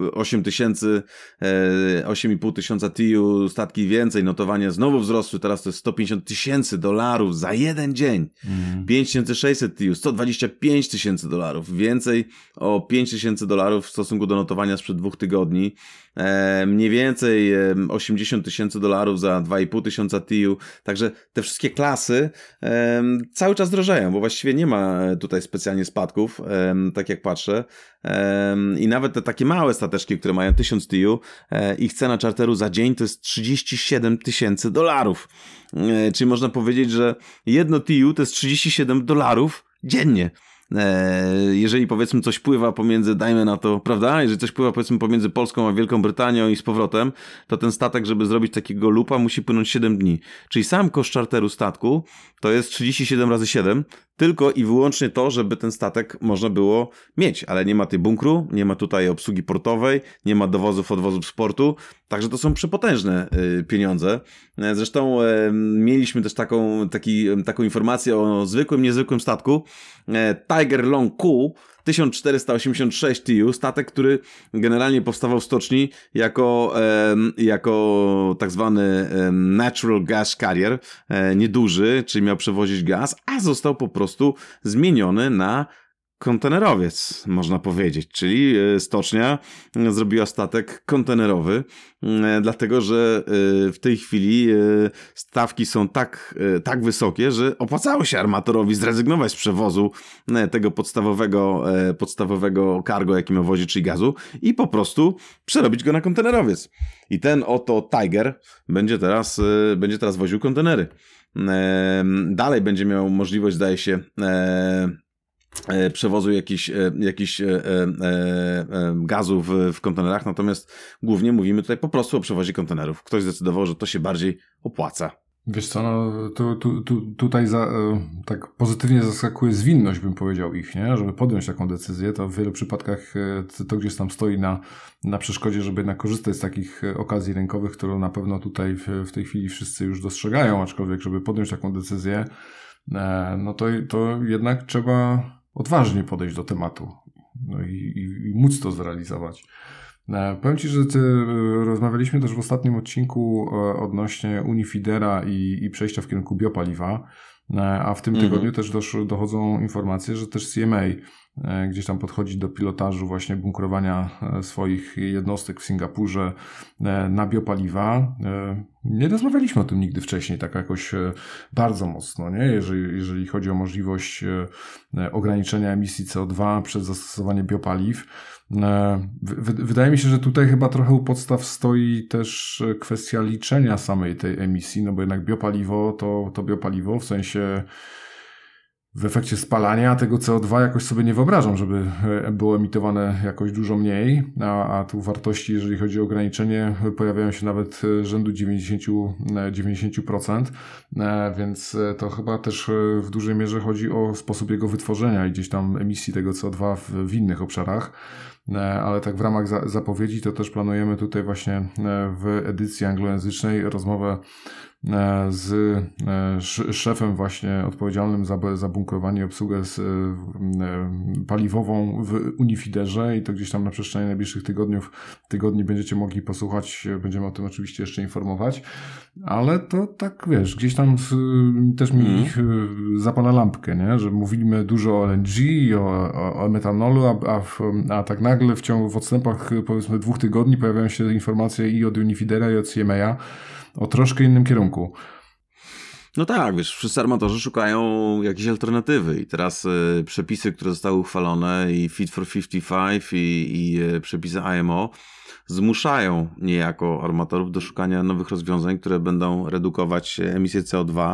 8,5 tysiąca TEU, statki więcej, notowania znowu wzrosły, teraz to jest $150,000 za jeden dzień, 5,600 TEU, $125,000, więcej o $5,000 w stosunku do notowania sprzed 2 tygodni. Mniej więcej $80,000 za 2,5 tysiąca TEU, także te wszystkie klasy cały czas drożeją, bo właściwie nie ma tutaj specjalnie spadków, tak jak patrzę, i nawet te takie małe stateczki, które mają 1000 TEU, ich cena czarteru za dzień to jest $37,000, czyli można powiedzieć, że jedno TEU to jest $37 dziennie. Jeżeli powiedzmy coś pływa pomiędzy, dajmy na to, prawda? Jeżeli coś pływa powiedzmy pomiędzy Polską a Wielką Brytanią i z powrotem, to ten statek, żeby zrobić takiego loopa, musi płynąć 7 dni. Czyli sam koszt czarteru statku to jest 37 razy 7, tylko i wyłącznie to, żeby ten statek można było mieć, ale nie ma tej bunkru, nie ma tutaj obsługi portowej, nie ma dowozów, odwozów z portu, także to są przepotężne pieniądze. Zresztą mieliśmy też taką informację o zwykłym, niezwykłym statku, Tiger Long Cool, 1486 TEU, statek, który generalnie powstawał w stoczni jako tak zwany natural gas carrier, nieduży, czyli miał przewozić gaz, a został po prostu zmieniony na kontenerowiec, można powiedzieć, czyli stocznia zrobiła statek kontenerowy, dlatego że w tej chwili stawki są tak wysokie, że opłacało się armatorowi zrezygnować z przewozu tego podstawowego cargo, jakim miał wozić, czyli gazu, i po prostu przerobić go na kontenerowiec. I ten oto Tiger będzie teraz woził kontenery. dalej będzie miał możliwość, zdaje się, przewozu jakichś gazów w kontenerach, natomiast głównie mówimy tutaj po prostu o przewozie kontenerów. Ktoś zdecydował, że to się bardziej opłaca. Wiesz co, no tutaj tak pozytywnie zaskakuje zwinność, bym powiedział ich, nie? Żeby podjąć taką decyzję, to w wielu przypadkach to gdzieś tam stoi na przeszkodzie, żeby jednak korzystać z takich okazji rynkowych, którą na pewno tutaj w tej chwili wszyscy już dostrzegają, aczkolwiek żeby podjąć taką decyzję, no to jednak trzeba odważnie podejść do tematu, no i móc to zrealizować. Powiem Ci, że rozmawialiśmy też w ostatnim odcinku odnośnie Unifidera i przejścia w kierunku biopaliwa, a w tym tygodniu też dochodzą informacje, że też CMA gdzieś tam podchodzi do pilotażu właśnie bunkrowania swoich jednostek w Singapurze na biopaliwa. Nie rozmawialiśmy o tym nigdy wcześniej, tak jakoś bardzo mocno, nie? Jeżeli chodzi o możliwość ograniczenia emisji CO2 przez zastosowanie biopaliw. Wydaje mi się, że tutaj chyba trochę u podstaw stoi też kwestia liczenia samej tej emisji, no bo jednak biopaliwo to biopaliwo, w sensie w efekcie spalania tego CO2 jakoś sobie nie wyobrażam, żeby było emitowane jakoś dużo mniej, a tu wartości, jeżeli chodzi o ograniczenie, pojawiają się nawet rzędu 90%, więc to chyba też w dużej mierze chodzi o sposób jego wytworzenia i gdzieś tam emisji tego CO2 w innych obszarach. Ale tak w ramach zapowiedzi to też planujemy tutaj właśnie w edycji anglojęzycznej rozmowę z szefem właśnie odpowiedzialnym za bunkrowanie i obsługę paliwową w Unifiderze i to gdzieś tam na przestrzeni najbliższych tygodni będziecie mogli posłuchać, będziemy o tym oczywiście jeszcze informować, ale to tak wiesz, gdzieś tam też mi zapala lampkę, nie? Że mówimy dużo o LNG, o metanolu, a tak nagle w odstępach powiedzmy 2 tygodni pojawiają się informacje i od Unifidera i od CMA o troszkę innym kierunku. No tak, wiesz, wszyscy armatorzy szukają jakiejś alternatywy i teraz przepisy, które zostały uchwalone i Fit for 55 i przepisy IMO zmuszają niejako armatorów do szukania nowych rozwiązań, które będą redukować emisję CO2,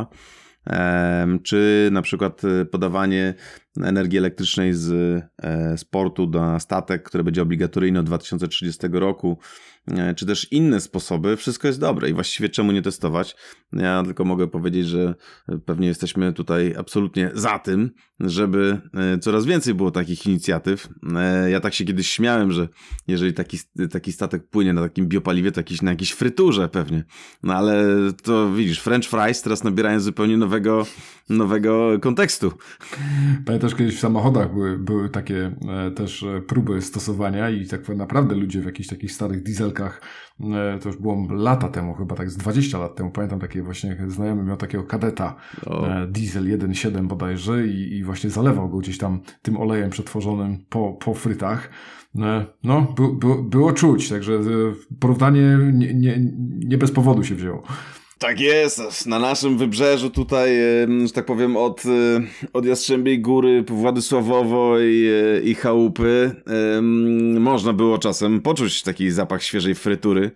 czy na przykład podawanie energii elektrycznej z portu na statek, które będzie obligatoryjne od 2030 roku, czy też inne sposoby, wszystko jest dobre i właściwie czemu nie testować? Ja tylko mogę powiedzieć, że pewnie jesteśmy tutaj absolutnie za tym, żeby coraz więcej było takich inicjatyw. Ja tak się kiedyś śmiałem, że jeżeli taki statek płynie na takim biopaliwie, to na jakiejś fryturze pewnie. No ale to widzisz, French fries teraz nabierają zupełnie nowego kontekstu. Pamiętasz, kiedyś w samochodach były takie też próby stosowania i tak naprawdę ludzie w jakichś takich starych dieselkach, to już było lata temu, chyba tak z 20 lat temu, pamiętam takie właśnie, znajomy miał takiego kadeta, diesel 1.7 bodajże i właśnie zalewał go gdzieś tam tym olejem przetworzonym po frytach. No, było czuć, także porównanie nie bez powodu się wzięło. Tak jest, na naszym wybrzeżu tutaj, że tak powiem, od Jastrzębiej Góry, Władysławowo i chałupy, można było czasem poczuć taki zapach świeżej frytury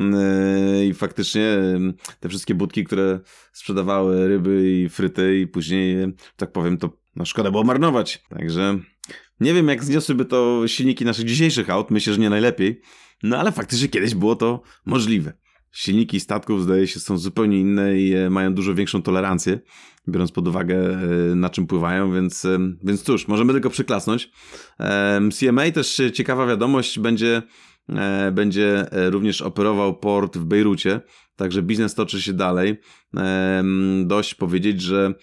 i faktycznie te wszystkie budki, które sprzedawały ryby i fryty i później, tak powiem, to szkoda było marnować, także nie wiem, jak zniosłyby to silniki naszych dzisiejszych aut, myślę, że nie najlepiej, no ale faktycznie kiedyś było to możliwe. Silniki statków, zdaje się, są zupełnie inne i mają dużo większą tolerancję, biorąc pod uwagę, na czym pływają, więc cóż, możemy tylko przyklasnąć. CMA też ciekawa wiadomość, będzie również operował port w Bejrucie, także biznes toczy się dalej. Dość powiedzieć, że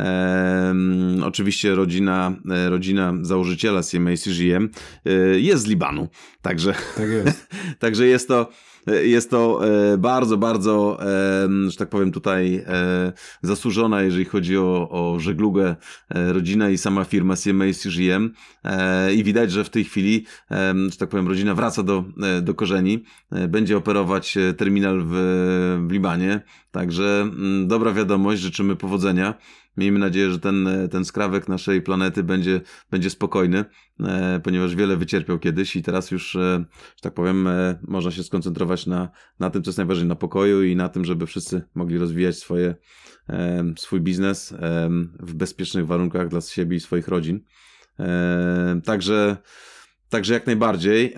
oczywiście rodzina założyciela CMA CGM jest z Libanu, także, tak jest. także jest to bardzo, bardzo, że tak powiem tutaj zasłużona, jeżeli chodzi o żeglugę rodzina i sama firma CMA CGM i widać, że w tej chwili, że tak powiem, rodzina wraca do korzeni, będzie operować terminal w Libanie, także dobra wiadomość, życzymy powodzenia. miejmy nadzieję, że ten skrawek naszej planety będzie spokojny, ponieważ wiele wycierpiał kiedyś i teraz już, że tak powiem, można się skoncentrować na tym, co jest najważniejsze, na pokoju i na tym, żeby wszyscy mogli rozwijać swój biznes w bezpiecznych warunkach dla siebie i swoich rodzin. Także jak najbardziej.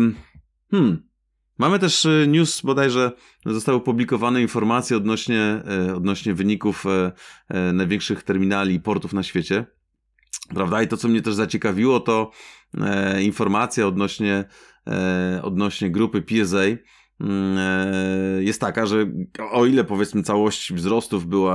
Mamy też news, bodajże zostały opublikowane informacje odnośnie wyników największych terminali i portów na świecie. Prawda? I to, co mnie też zaciekawiło, to informacja odnośnie grupy PSA jest taka, że o ile powiedzmy całość wzrostów była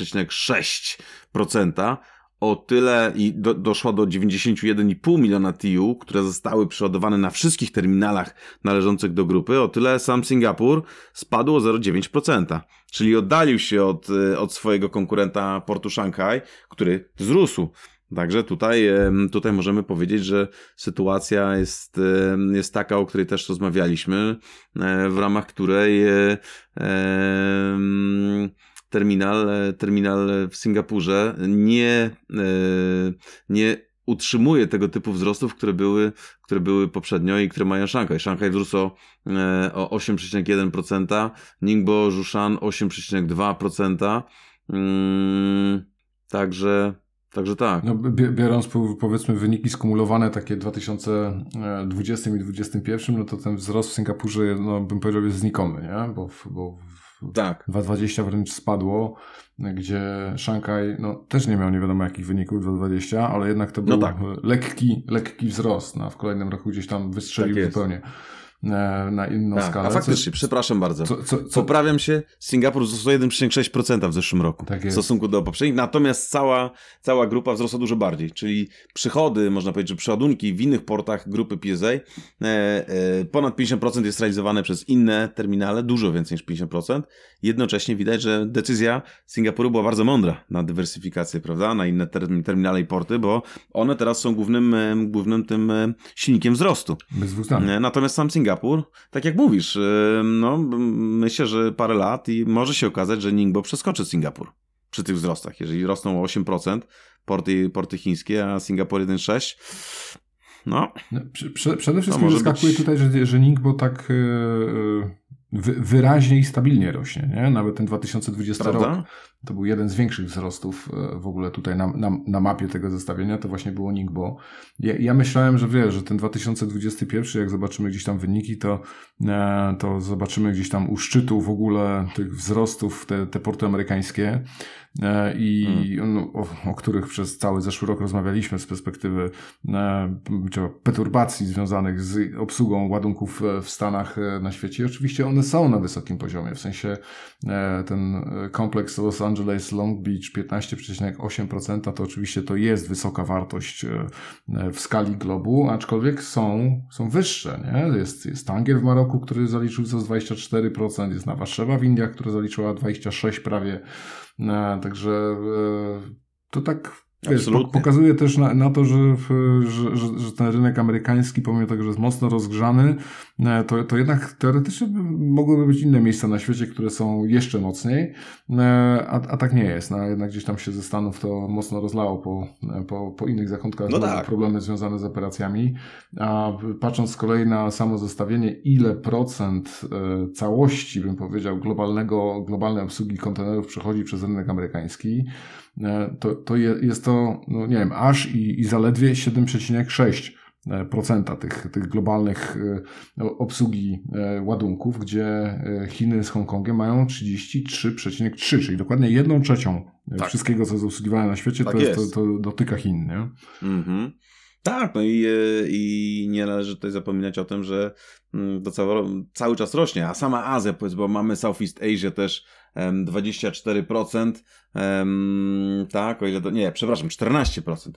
5,6%, o tyle i doszła do 91,5 miliona TU, które zostały przeładowane na wszystkich terminalach należących do grupy, o tyle sam Singapur spadł o 0,9%, czyli oddalił się od swojego konkurenta portu Szanghaj, który wzrósł. Także tutaj możemy powiedzieć, że sytuacja jest taka, o której też rozmawialiśmy, w ramach której terminal w Singapurze nie utrzymuje tego typu wzrostów, które były poprzednio i które mają Szanghaj. Szanghaj wzrósł o 8,1%, Ningbo, Zhoushan 8,2%. Także tak. No, biorąc powiedzmy wyniki skumulowane takie w 2020 i 2021, no to ten wzrost w Singapurze, no bym powiedział, jest znikomy, nie? Bo tak. 2020 wręcz spadło, gdzie Szanghaj też nie miał nie wiadomo jakich wyników 2020, ale jednak to był lekki wzrost. W kolejnym roku gdzieś tam wystrzelił zupełnie na inną skalę. A faktycznie, przepraszam bardzo. Poprawiam się, Singapur wzrosł 1,6% w zeszłym roku w stosunku do poprzednich, natomiast cała grupa wzrosła dużo bardziej, czyli przychody, można powiedzieć, że przeładunki w innych portach grupy PSA ponad 50% jest realizowane przez inne terminale, dużo więcej niż 50%. Jednocześnie widać, że decyzja Singapuru była bardzo mądra na dywersyfikację, prawda, na inne terminale i porty, bo one teraz są głównym tym silnikiem wzrostu. Bez dwóch zdań. Natomiast sam Singapur, tak jak mówisz, myślę, że parę lat i może się okazać, że Ningbo przeskoczy Singapur przy tych wzrostach. Jeżeli rosną o 8% porty chińskie, a Singapur 1,6%, Przede wszystkim zaskakuje tutaj, że Ningbo tak wyraźnie i stabilnie rośnie, nie? Nawet ten 2020 Prawda? rok to był jeden z większych wzrostów w ogóle tutaj na mapie tego zestawienia, to właśnie było Ningbo. Ja myślałem, że ten 2021, jak zobaczymy gdzieś tam wyniki, to zobaczymy gdzieś tam u szczytu w ogóle tych wzrostów te porty amerykańskie o których przez cały zeszły rok rozmawialiśmy z perspektywy perturbacji związanych z obsługą ładunków w Stanach na świecie. I oczywiście one są na wysokim poziomie, w sensie ten kompleks Los Angeles Long Beach 15,8% to oczywiście to jest wysoka wartość w skali globu, aczkolwiek są wyższe, nie? Jest Tangier w Maroku, który zaliczył wzrost 24%, jest Nowa Szewa w Indiach, która zaliczyła 26% prawie. Także to tak pokazuje też na to, że ten rynek amerykański, pomimo tego, że jest mocno rozgrzany, to jednak teoretycznie mogłyby być inne miejsca na świecie, które są jeszcze mocniej, a tak nie jest. Jednak gdzieś tam się ze Stanów to mocno rozlało po innych zakątkach, problemy związane z operacjami. A patrząc z kolei na samo zestawienie, ile procent całości, bym powiedział, globalnej obsługi kontenerów przechodzi przez rynek amerykański, to jest to, nie wiem, aż i zaledwie 7,6% tych globalnych obsługi ładunków, gdzie Chiny z Hongkongiem mają 33,3%, czyli dokładnie 1/3 wszystkiego, co jest obsługiwane na świecie, to dotyka Chin, nie? Mhm. Tak, i nie należy tutaj zapominać o tym, że to cały czas rośnie, a sama Azja, powiedzmy, bo mamy Southeast Asia też 24%, tak, o ile to, nie, przepraszam, 14%,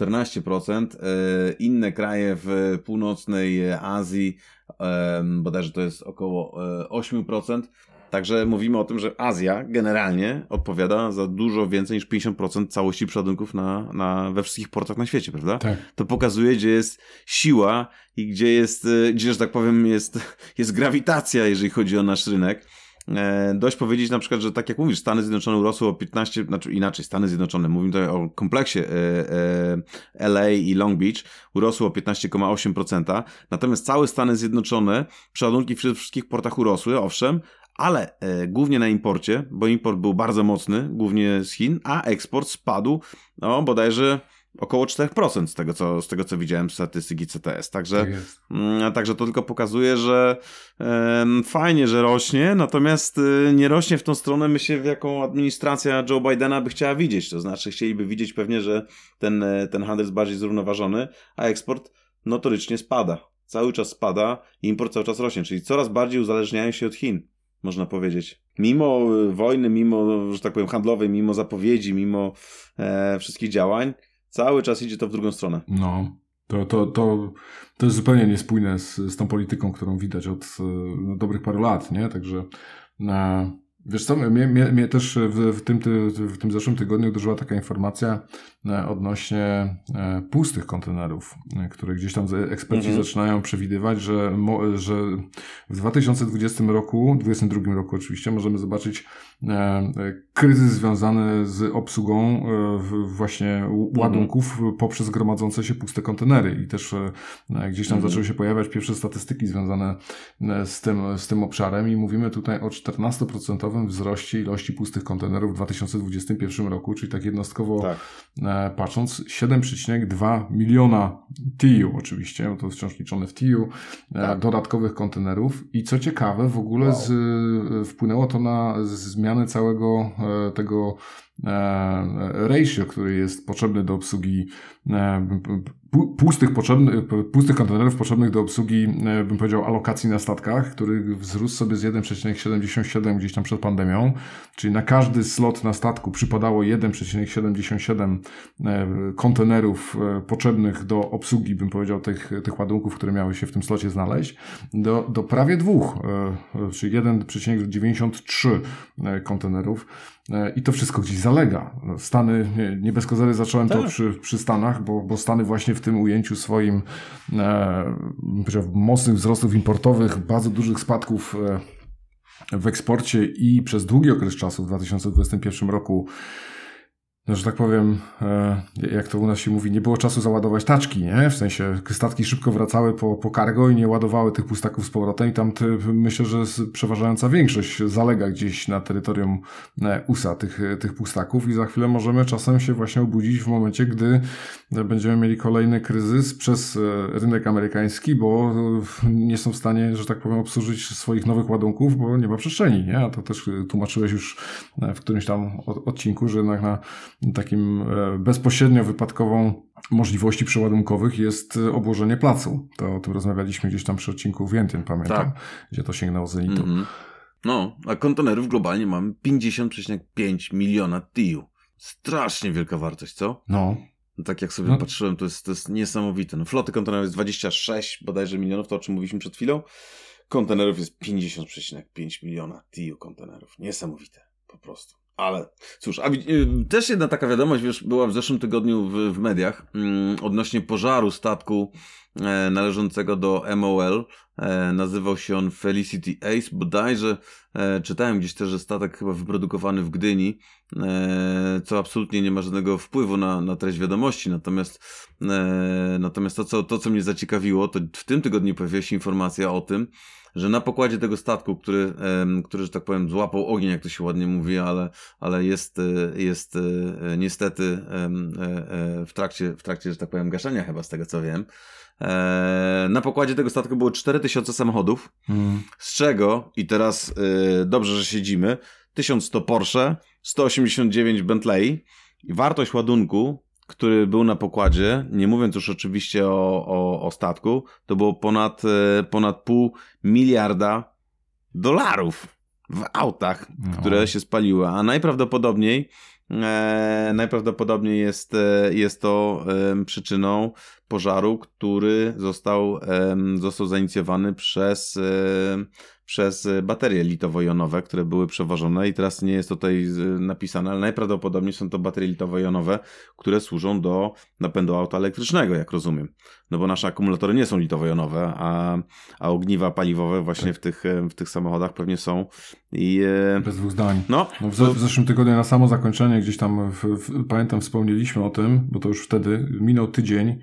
inne kraje w północnej Azji, bodajże to jest około 8%, także mówimy o tym, że Azja generalnie odpowiada za dużo więcej niż 50% całości przeładunków we wszystkich portach na świecie, prawda? Tak. To pokazuje, gdzie jest siła i gdzie, że tak powiem, jest grawitacja, jeżeli chodzi o nasz rynek. dość powiedzieć na przykład, że tak jak mówisz, Stany Zjednoczone urosły o 15, znaczy inaczej, Stany Zjednoczone, mówimy tutaj o kompleksie LA i Long Beach, urosły o 15,8%, natomiast całe Stany Zjednoczone przeładunki w wszystkich portach urosły, owszem, ale głównie na imporcie, bo import był bardzo mocny, głównie z Chin, a eksport spadł, no bodajże około 4% z tego co widziałem z statystyki CTS. Także to tylko pokazuje, że fajnie, że rośnie, natomiast nie rośnie w tą stronę, myślę, w jaką administracja Joe Bidena by chciała widzieć. To znaczy chcieliby widzieć pewnie, że ten handel jest bardziej zrównoważony, a eksport notorycznie spada. Cały czas spada i import cały czas rośnie, czyli coraz bardziej uzależniają się od Chin, można powiedzieć. Mimo wojny, mimo, że tak powiem, handlowej, mimo zapowiedzi, mimo wszystkich działań, cały czas idzie to w drugą stronę. No, to jest zupełnie niespójne z tą polityką, którą widać od dobrych paru lat, nie? Także wiesz co, mnie też w tym zeszłym tygodniu uderzyła taka informacja odnośnie pustych kontenerów, które gdzieś tam eksperci zaczynają przewidywać, że w 2020 roku, 2022 roku oczywiście, możemy zobaczyć kryzys związany z obsługą właśnie ładunków poprzez gromadzące się puste kontenery i też gdzieś tam zaczęły się pojawiać pierwsze statystyki związane z tym obszarem i mówimy tutaj o 14% wzroście ilości pustych kontenerów w 2021 roku, czyli tak jednostkowo patrząc 7,2 miliona TEU oczywiście, bo to jest wciąż liczone w TEU, dodatkowych kontenerów i co ciekawe w ogóle wpłynęło to na zmianę całego tego ratio, który jest potrzebny do obsługi pustych kontenerów potrzebnych do obsługi, bym powiedział, alokacji na statkach, który wzrósł sobie z 1,77 gdzieś tam przed pandemią, czyli na każdy slot na statku przypadało 1,77 kontenerów potrzebnych do obsługi, bym powiedział, tych ładunków, które miały się w tym slocie znaleźć, do prawie 2, czyli 1,93 kontenerów. I to wszystko gdzieś zalega. Stany, nie bez kozery zacząłem to przy Stanach, bo Stany właśnie w tym ujęciu swoim mocnych wzrostów importowych, bardzo dużych spadków w eksporcie i przez długi okres czasu w 2021 roku, no, że tak powiem, jak to u nas się mówi, nie było czasu załadować taczki, nie? W sensie statki szybko wracały po cargo i nie ładowały tych pustaków z powrotem i tam myślę, że przeważająca większość zalega gdzieś na terytorium USA tych pustaków i za chwilę możemy czasem się właśnie obudzić w momencie, gdy będziemy mieli kolejny kryzys przez rynek amerykański, bo nie są w stanie, że tak powiem, obsłużyć swoich nowych ładunków, bo nie ma przestrzeni, nie? A to też tłumaczyłeś już w którymś tam odcinku, że jednak na takim bezpośrednio wypadkową możliwości przeładunkowych jest obłożenie placu. To o tym rozmawialiśmy gdzieś tam przy odcinku Więtyn, pamiętam, gdzie to sięgnęło zenitu. No, a kontenerów globalnie mamy 50,5 miliona TEU. Strasznie wielka wartość, co? No. Tak jak sobie patrzyłem, to jest niesamowite. No, floty kontenerów jest 26 bodajże milionów, to o czym mówiliśmy przed chwilą. Kontenerów jest 50,5 miliona TEU kontenerów. Niesamowite, po prostu. Ale cóż, też jedna taka wiadomość, wiesz, była w zeszłym tygodniu w mediach odnośnie pożaru statku należącego do MOL. Nazywał się on Felicity Ace. Bodajże czytałem gdzieś też, że statek chyba wyprodukowany w Gdyni, co absolutnie nie ma żadnego wpływu na treść wiadomości. Natomiast to, co mnie zaciekawiło, to w tym tygodniu pojawiła się informacja o tym, że na pokładzie tego statku, który, że tak powiem, złapał ogień, jak to się ładnie mówi, ale jest niestety w trakcie, że tak powiem, gaszenia chyba, z tego co wiem. Na pokładzie tego statku było 4000 samochodów, z czego, i teraz dobrze, że siedzimy, 1100 Porsche, 189 Bentley i wartość ładunku, który był na pokładzie, nie mówiąc już oczywiście o statku, to było ponad $500 miliarda w autach, które się spaliły, a najprawdopodobniej jest to przyczyną pożaru, który został zainicjowany przez baterie litowo-jonowe, które były przewożone i teraz nie jest tutaj napisane, ale najprawdopodobniej są to baterie litowo-jonowe, które służą do napędu auta elektrycznego, jak rozumiem. No bo nasze akumulatory nie są litowo-jonowe, a ogniwa paliwowe właśnie w tych samochodach pewnie są. Bez dwóch zdań. No, w zeszłym tygodniu na samo zakończenie gdzieś tam, pamiętam, wspomnieliśmy o tym, bo to już wtedy minął tydzień.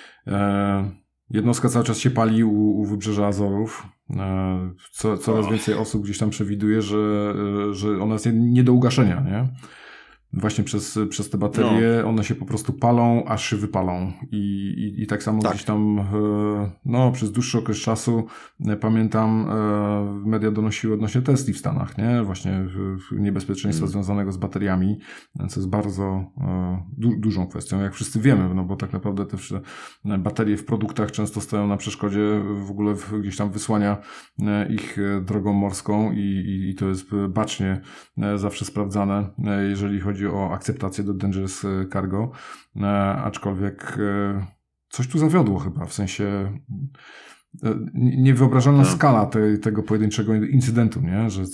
Jednostka cały czas się pali u wybrzeża Azorów. Coraz więcej osób gdzieś tam przewiduje, że ona jest nie do ugaszenia, nie? Właśnie przez te baterie one się po prostu palą, aż się wypalą. I tak samo gdzieś tam przez dłuższy okres czasu pamiętam media donosiły odnośnie Tesli w Stanach, nie? Właśnie niebezpieczeństwa związanego z bateriami, co jest bardzo dużą kwestią, jak wszyscy wiemy, no bo tak naprawdę też baterie w produktach często stoją na przeszkodzie w ogóle gdzieś tam wysłania ich drogą morską i to jest bacznie zawsze sprawdzane, jeżeli chodzi o akceptację do Dangerous Cargo, aczkolwiek coś tu zawiodło chyba, w sensie niewyobrażalna skala tego pojedynczego incydentu, nie? Że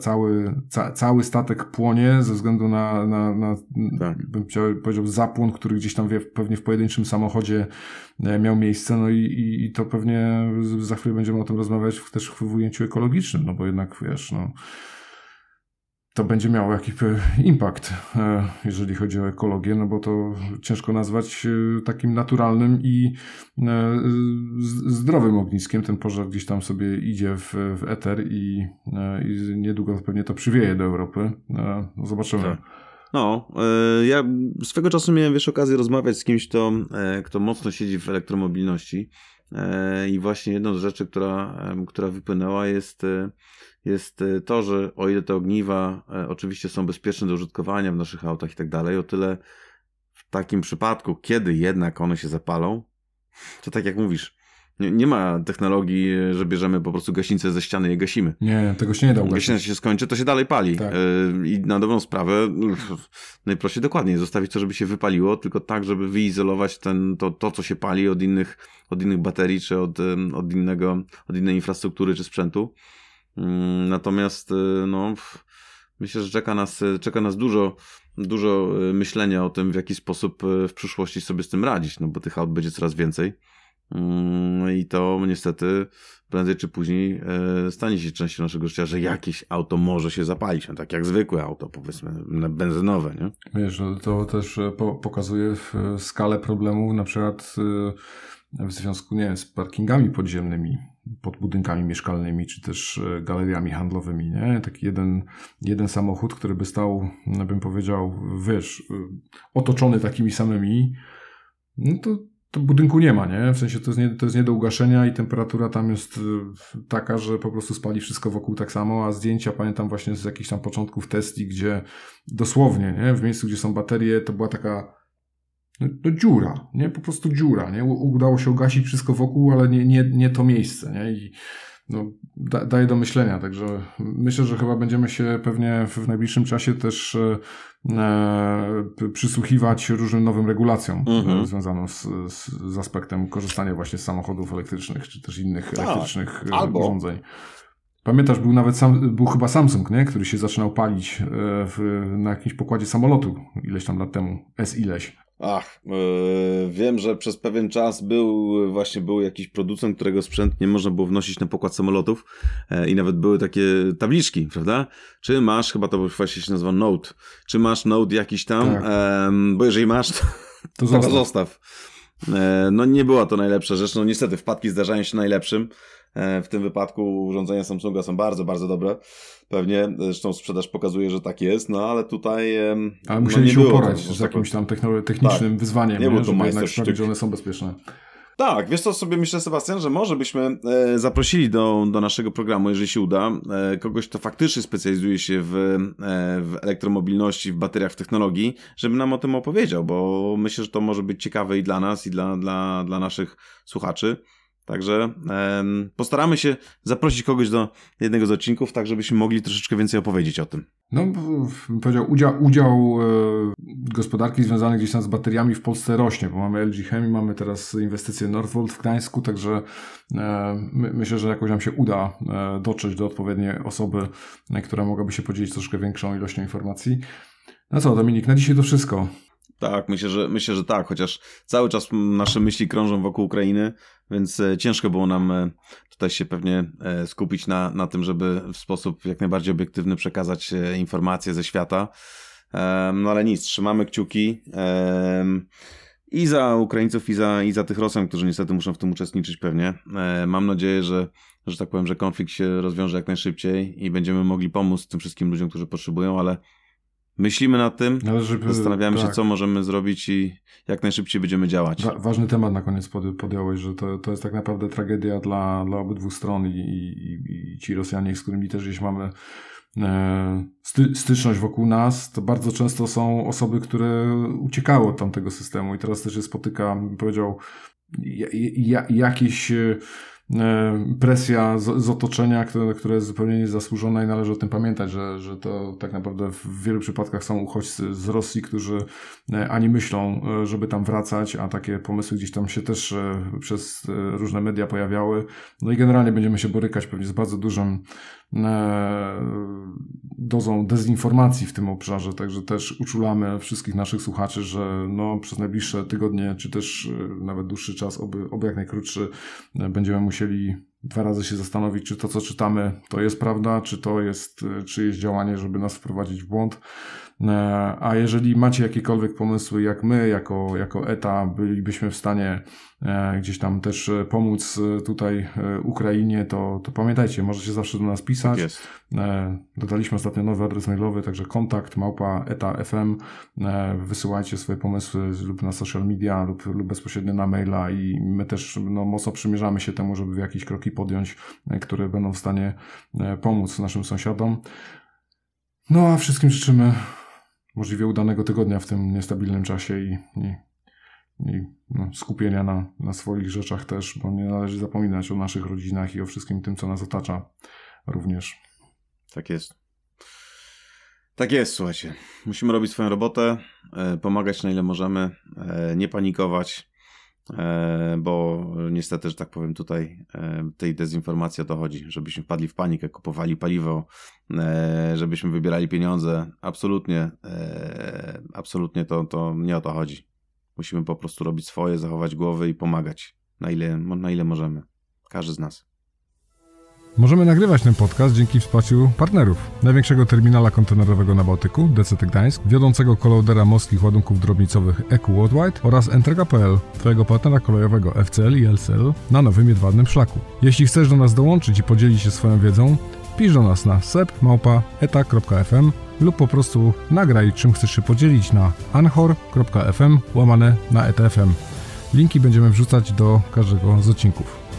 cały statek płonie ze względu na bym powiedział, zapłon, który gdzieś tam pewnie w pojedynczym samochodzie miał miejsce, no i to pewnie za chwilę będziemy o tym rozmawiać też w ujęciu ekologicznym, no bo jednak wiesz, to będzie miało jakiś impact, jeżeli chodzi o ekologię, no bo to ciężko nazwać takim naturalnym i zdrowym ogniskiem. Ten pożar gdzieś tam sobie idzie w eter i niedługo pewnie to przywieje do Europy. Zobaczymy. Tak. Ja swego czasu miałem okazję rozmawiać z kimś, kto mocno siedzi w elektromobilności i właśnie jedną z rzeczy, która wypłynęła jest to, że o ile te ogniwa oczywiście są bezpieczne do użytkowania w naszych autach i tak dalej, o tyle w takim przypadku, kiedy jednak one się zapalą, to tak jak mówisz, nie ma technologii, że bierzemy po prostu gaśnicę ze ściany i je gasimy. Nie, tego się nie da ugasić. Gaśnica się skończy, to się dalej pali. Tak. I na dobrą sprawę najprościej dokładnie zostawić to, żeby się wypaliło, tylko tak, żeby wyizolować to, co się pali od innych baterii, czy od innej infrastruktury, czy sprzętu. Natomiast myślę, że czeka nas dużo myślenia o tym, w jaki sposób w przyszłości sobie z tym radzić, no bo tych aut będzie coraz więcej i to niestety prędzej czy później stanie się częścią naszego życia, że jakieś auto może się zapalić, tak jak zwykłe auto, powiedzmy benzynowe, nie? Wiesz, to też pokazuje skalę problemów, na przykład w związku, z parkingami podziemnymi pod budynkami mieszkalnymi, czy też galeriami handlowymi, nie? Taki jeden samochód, który by stał, bym powiedział, otoczony takimi samymi, no to budynku nie ma, nie? W sensie to jest nie do ugaszenia i temperatura tam jest taka, że po prostu spali wszystko wokół tak samo, a zdjęcia pamiętam właśnie z jakichś tam początków Tesli, gdzie dosłownie, nie? W miejscu, gdzie są baterie, to była taka dziura, nie? Po prostu dziura, nie? Udało się ugasić wszystko wokół, ale nie to miejsce, nie? I daje do myślenia, także myślę, że chyba będziemy się pewnie w najbliższym czasie też przysłuchiwać różnym nowym regulacjom związanym z aspektem korzystania właśnie z samochodów elektrycznych, czy też innych elektrycznych urządzeń. Pamiętasz, był chyba Samsung, nie? Który się zaczynał palić na jakimś pokładzie samolotu ileś tam lat temu, ileś. Wiem, że przez pewien czas był jakiś producent, którego sprzęt nie można było wnosić na pokład samolotów i nawet były takie tabliczki, prawda? Czy masz, chyba to właśnie się nazywa Note, czy masz Note jakiś tam, tak. Bo jeżeli masz, to zostaw. Nie była to najlepsza rzecz, niestety wpadki zdarzają się najlepszym. W tym wypadku urządzenia Samsunga są bardzo, bardzo dobre. Pewnie, zresztą sprzedaż pokazuje, że tak jest, ale tutaj ale musieli się uporać z jakimś tam technicznym wyzwaniem, nie było to żeby jednak sprawić, że one są bezpieczne. Tak, wiesz co sobie myślę, Sebastian, że może byśmy zaprosili do naszego programu, jeżeli się uda, kogoś, kto faktycznie specjalizuje się w elektromobilności, w bateriach, w technologii, żeby nam o tym opowiedział, bo myślę, że to może być ciekawe i dla nas, i dla naszych słuchaczy. Także postaramy się zaprosić kogoś do jednego z odcinków, tak żebyśmy mogli troszeczkę więcej opowiedzieć o tym. No, bym powiedział, udział gospodarki związanej gdzieś tam z bateriami w Polsce rośnie, bo mamy LG Chemii, mamy teraz inwestycje Northvolt w Gdańsku, także myślę, że jakoś nam się uda dotrzeć do odpowiedniej osoby, która mogłaby się podzielić troszkę większą ilością informacji. No co, Dominik, na dzisiaj to wszystko. Tak, myślę, że tak, chociaż cały czas nasze myśli krążą wokół Ukrainy, więc ciężko było nam tutaj się pewnie skupić na tym, żeby w sposób jak najbardziej obiektywny przekazać informacje ze świata. No ale nic, trzymamy kciuki i za Ukraińców, i za tych Rosjan, którzy niestety muszą w tym uczestniczyć pewnie. Mam nadzieję, że tak powiem, że konflikt się rozwiąże jak najszybciej i będziemy mogli pomóc tym wszystkim ludziom, którzy potrzebują, ale myślimy nad tym, zastanawiamy się, co możemy zrobić i jak najszybciej będziemy działać. Ważny temat na koniec podjąłeś, że to jest tak naprawdę tragedia dla obydwu stron i ci Rosjanie, z którymi też gdzieś mamy styczność wokół nas, to bardzo często są osoby, które uciekały od tamtego systemu i teraz też się spotyka, bym powiedział, jakieś presja z otoczenia, które jest zupełnie niezasłużona i należy o tym pamiętać, że to tak naprawdę w wielu przypadkach są uchodźcy z Rosji, którzy ani myślą, żeby tam wracać, a takie pomysły gdzieś tam się też przez różne media pojawiały. No i generalnie będziemy się borykać pewnie z bardzo dużym dozą dezinformacji w tym obszarze, także też uczulamy wszystkich naszych słuchaczy, że no, przez najbliższe tygodnie, czy też nawet dłuższy czas, oby jak najkrótszy, będziemy musieli 2 razy się zastanowić, czy to, co czytamy, to jest prawda, czy to jest czyjeś działanie, żeby nas wprowadzić w błąd. A jeżeli macie jakiekolwiek pomysły, jak my, jako ETA, bylibyśmy w stanie gdzieś tam też pomóc tutaj Ukrainie, to pamiętajcie, możecie zawsze do nas pisać. Tak jest. Dodaliśmy ostatnio nowy adres mailowy, także kontakt@eta.fm. Wysyłajcie swoje pomysły lub na social media, lub bezpośrednio na maila i my też mocno przymierzamy się temu, żeby jakieś kroki podjąć, które będą w stanie pomóc naszym sąsiadom. No a wszystkim życzymy możliwie udanego tygodnia w tym niestabilnym czasie i skupienia na swoich rzeczach też, bo nie należy zapominać o naszych rodzinach i o wszystkim tym, co nas otacza również. Tak jest. Tak jest, słuchajcie. Musimy robić swoją robotę, pomagać na ile możemy, nie panikować, bo niestety, że tak powiem, tutaj tej dezinformacji o to chodzi, żebyśmy wpadli w panikę, kupowali paliwo, żebyśmy wybierali pieniądze. Absolutnie to nie o to chodzi. Musimy po prostu robić swoje, zachować głowy i pomagać na ile możemy. Każdy z nas. Możemy nagrywać ten podcast dzięki wsparciu partnerów. Największego terminala kontenerowego na Bałtyku, DCT Gdańsk, wiodącego kolodera morskich ładunków drobnicowych EQ Worldwide oraz Entrega.pl, twojego partnera kolejowego FCL i LCL na nowym jedwabnym szlaku. Jeśli chcesz do nas dołączyć i podzielić się swoją wiedzą, pisz do nas na sep@eta.fm lub po prostu nagraj, czym chcesz się podzielić na anchor.fm/eta.fm. Linki będziemy wrzucać do każdego z odcinków.